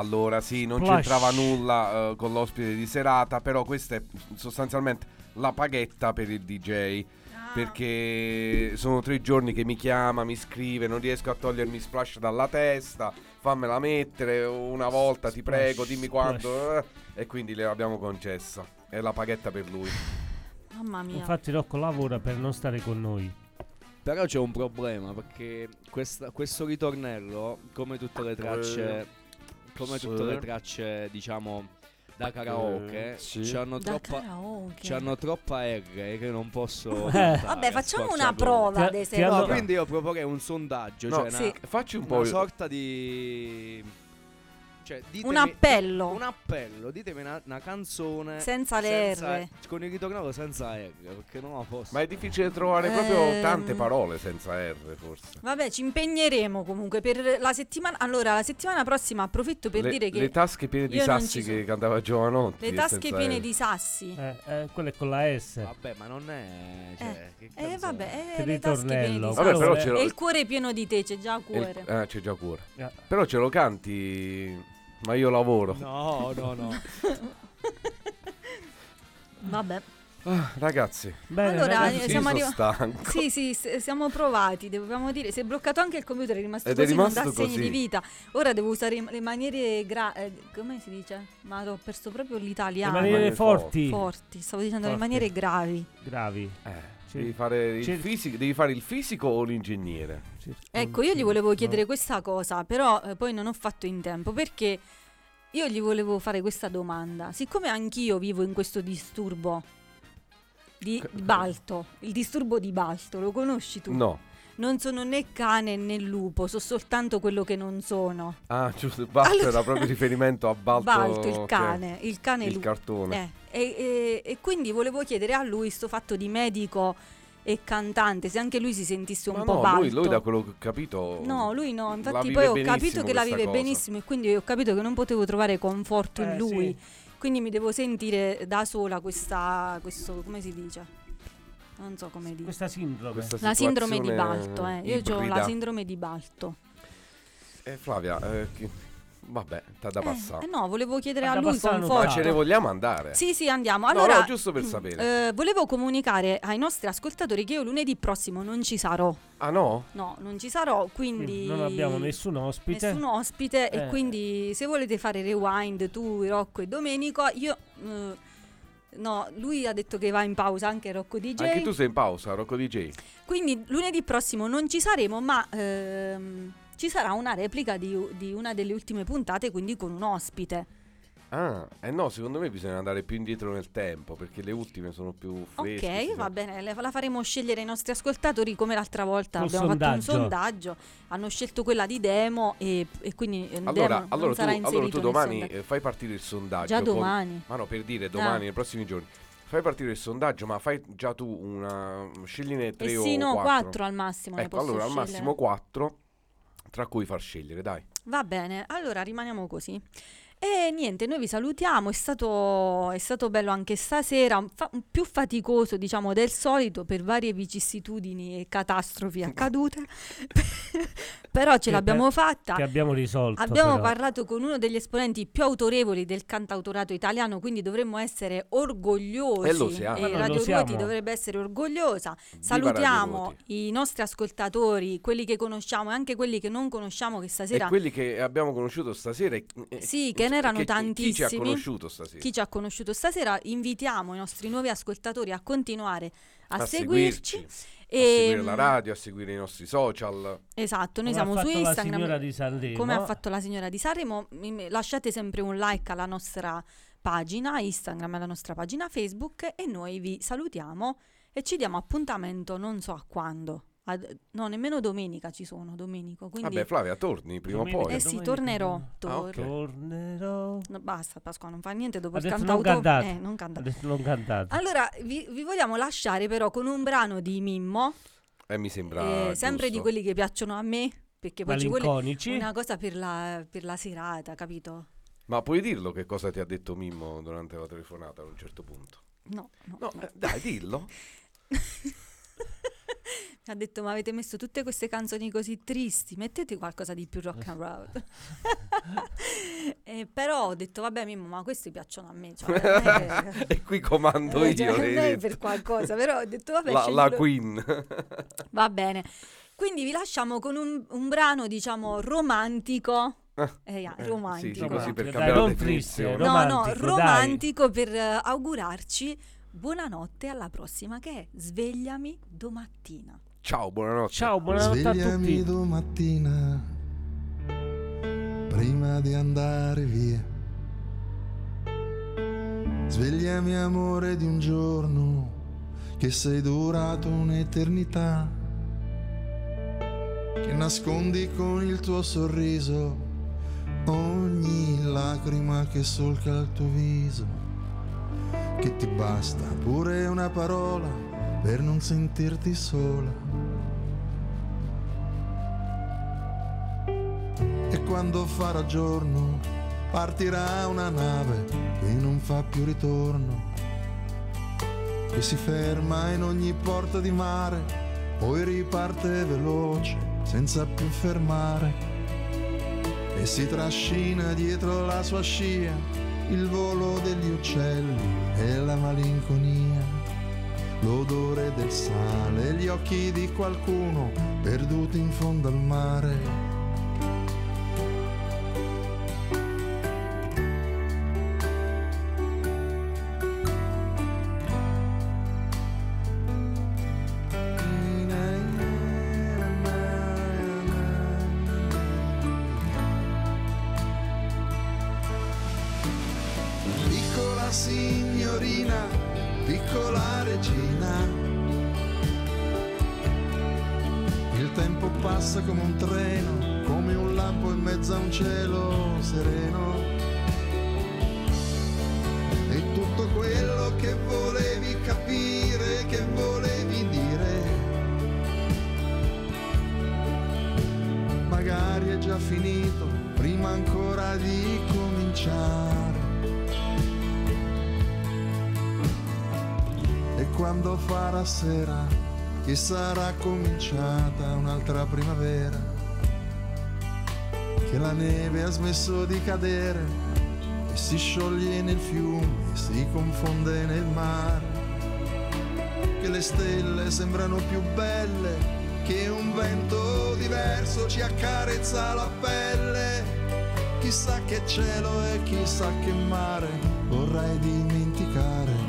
Allora sì, non Splash. c'entrava nulla con l'ospite di serata, però questa è sostanzialmente la paghetta per il DJ. Perché sono 3 giorni che mi chiama, mi scrive, non riesco a togliermi Splash dalla testa, fammela mettere una volta, ti prego, dimmi quando. E quindi le abbiamo concessa. È la paghetta per lui. Mamma mia. Infatti Rocco lavora per non stare con noi. Però c'è un problema, perché questo ritornello, come tutte le tracce, diciamo, da karaoke, sì. c'hanno troppa R che non posso Vabbè, facciamo una prova ad esempio. No, quindi io proporrei un sondaggio, No, cioè facci un po' una sorta di... Cioè, Un appello. Un appello, ditemi una canzone Senza le R. con il ritornello senza R, perché non la posso. Ma è difficile trovare proprio tante parole senza R, forse. Vabbè, ci impegneremo comunque per la settimana. Allora, la settimana prossima approfitto per dire che le tasche piene di io non sassi ci sono. che cantava Giovanotti. le tasche senza piene R. di sassi. Quella è con la S. Vabbè, ma non è... Cioè, che canzone? Vabbè, Che le tasche piene di ritornello. sassi. Vabbè, però ce E lo, il cuore pieno di te, c'è già cuore. c'è già cuore. Però ce lo canti, ma io lavoro. No. Vabbè. Ragazzi, Bene, Allora, ragazzi, siamo sono arrivati. stanco. Sì, siamo provati, dobbiamo dire. Si è bloccato anche il computer, è rimasto Ed è così, rimasto non dà segni così. di vita. Ora devo usare le maniere come si dice? Ma ho perso proprio le l'italiano. maniere forti. Forti, stavo dicendo le Forti. maniere gravi. Gravi. Devi fare il C'è- fisico, devi fare il fisico o l'ingegnere? Ecco, io gli volevo chiedere questa cosa, però poi non ho fatto in tempo, perché io gli volevo fare questa domanda. Siccome anch'io vivo in questo disturbo di Balto, il disturbo di Balto, lo conosci tu? No. Non sono né cane né lupo, so soltanto quello che non sono. Ah, giusto, Balto Allora- era proprio riferimento a Balto. Balto, il ok. cane, il cane Il lupo. cartone. E quindi volevo chiedere a lui sto fatto di medico e cantante, se anche lui si sentisse un Ma po' no, Balto. lui da quello che ho capito. No, lui no, la infatti vive poi ho benissimo capito che la questa vive cosa. benissimo e quindi ho capito che non potevo trovare conforto in lui. Sì. Quindi mi devo sentire da sola questo, come si dice? Non so come dire. Questa sindrome. Questa La sindrome di situazione Balto, Io ho la ibrida. sindrome di Balto. Flavia, vabbè, t'ha da passare. No, volevo chiedere Ma a da lui passare non Ma conforto. ce ne vogliamo andare? Sì, andiamo. No, Allora, no, giusto per sapere. volevo comunicare ai nostri ascoltatori che io lunedì prossimo non ci sarò. Ah no? No, non ci sarò, quindi Non abbiamo nessun ospite. e quindi se volete fare rewind tu, Rocco e Domenico, io no, lui ha detto che va in pausa anche Rocco DJ. Anche tu sei in pausa, Rocco DJ. Quindi lunedì prossimo non ci saremo, ma ci sarà una replica di una delle ultime puntate, quindi con un ospite. Ah, no, secondo me bisogna andare più indietro nel tempo, perché le ultime sono più fresche. Ok, sì. va bene, la faremo scegliere ai nostri ascoltatori come l'altra volta Col abbiamo fatto un sondaggio. sondaggio, hanno scelto quella di demo e quindi Demo Allora non sarà tu inserito nel domani sondaggio. fai partire il sondaggio. Già domani. Ma no, per dire domani, Ah. nei prossimi giorni. Fai partire il sondaggio, ma fai già tu scegliene 3 o sì, no, 4. 4 al massimo ne Ecco, posso allora al scegliere. massimo 4, tra cui far scegliere, dai. Va bene, allora rimaniamo così. E niente, noi vi salutiamo, è stato bello anche stasera, più faticoso diciamo del solito per varie vicissitudini e catastrofi accadute, però ce l'abbiamo fatta. Che abbiamo risolto. Abbiamo però. parlato con uno degli esponenti più autorevoli del cantautorato italiano, quindi dovremmo essere orgogliosi. E lo siamo. E Ma noi Radio lo siamo. Ruoti dovrebbe essere orgogliosa. Radio Salutiamo Ruoti. i nostri ascoltatori, quelli che conosciamo e anche quelli che non conosciamo, che stasera E quelli che abbiamo conosciuto stasera. Sì, che ne erano Chi ci ha tantissimi. conosciuto stasera? Chi ci ha conosciuto stasera, invitiamo i nostri nuovi ascoltatori a continuare a A seguirci. a E, seguire la radio, a seguire i nostri social. Esatto, noi Come siamo ha su fatto la Instagram. signora di Sanremo. Come ha fatto la signora di Sanremo, lasciate sempre un like alla nostra pagina Instagram, alla nostra pagina Facebook e noi vi salutiamo e ci diamo appuntamento non so a quando. No, nemmeno domenica ci sono, Domenico. Quindi Vabbè, Flavia, torni prima o Domenica. poi. sì, tornerò. ok. Tornerò. No, basta, Pasqua, non fa niente dopo Ha il detto non cantautorato. cantate. Non Ha cantate. detto non cantate. Allora, vi vogliamo lasciare però con un brano di Mimmo, Mi sembra sempre di giusto. quelli che piacciono a me, perché poi ci vuole Malinconici. una cosa per la serata, capito? Ma puoi dirlo che cosa ti ha detto Mimmo durante la telefonata a un certo punto? No. Dai, dillo. ha detto: ma avete messo tutte queste canzoni così tristi, mettete qualcosa di più rock and roll. Però ho detto: vabbè Mimmo, ma questi piacciono a me, cioè, e qui comando io, cioè, l'hai non è detto. per qualcosa, però ho detto vabbè, la Queen. va bene. Quindi vi lasciamo con un brano, diciamo, romantico. Romantico. Sì, così per Dai, cambiare la non triste, definizione. romantico per augurarci buonanotte, alla prossima, che è Svegliami domattina. Ciao, buonanotte. Ciao, buonanotte a Svegliami tutti. domattina prima di andare via. Svegliami amore di un giorno che sei durato un'eternità, che nascondi con il tuo sorriso ogni lacrima che solca il tuo viso, che ti basta pure una parola per non sentirti sola. E quando farà giorno partirà una nave che non fa più ritorno, che si ferma in ogni porto di mare, poi riparte veloce senza più fermare, e si trascina dietro la sua scia il volo degli uccelli e la malinconia, l'odore del sale e gli occhi di qualcuno perduto in fondo al mare. Signorina, piccola regina, il tempo passa come un treno, come un lampo in mezzo a un cielo sereno, e tutto quello che volevi capire, che volevi dire, magari è già finito prima ancora di cominciare. E quando farà sera, che sarà cominciata un'altra primavera, che la neve ha smesso di cadere e si scioglie nel fiume e si confonde nel mare, che le stelle sembrano più belle, che un vento diverso ci accarezza la pelle, chissà che cielo e chissà che mare vorrei dimenticare.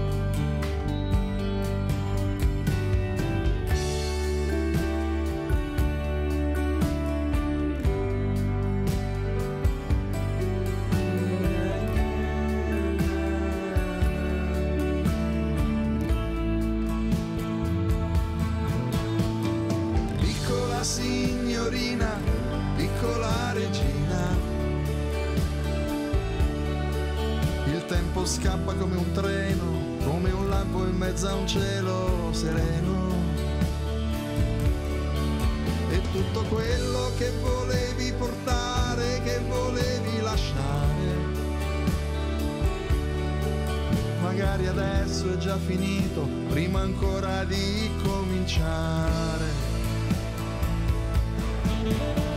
Signorina, piccola regina, il tempo scappa come un treno, come un lampo in mezzo a un cielo sereno, e tutto quello che volevi portare, che volevi lasciare, magari adesso è già finito prima ancora di cominciare.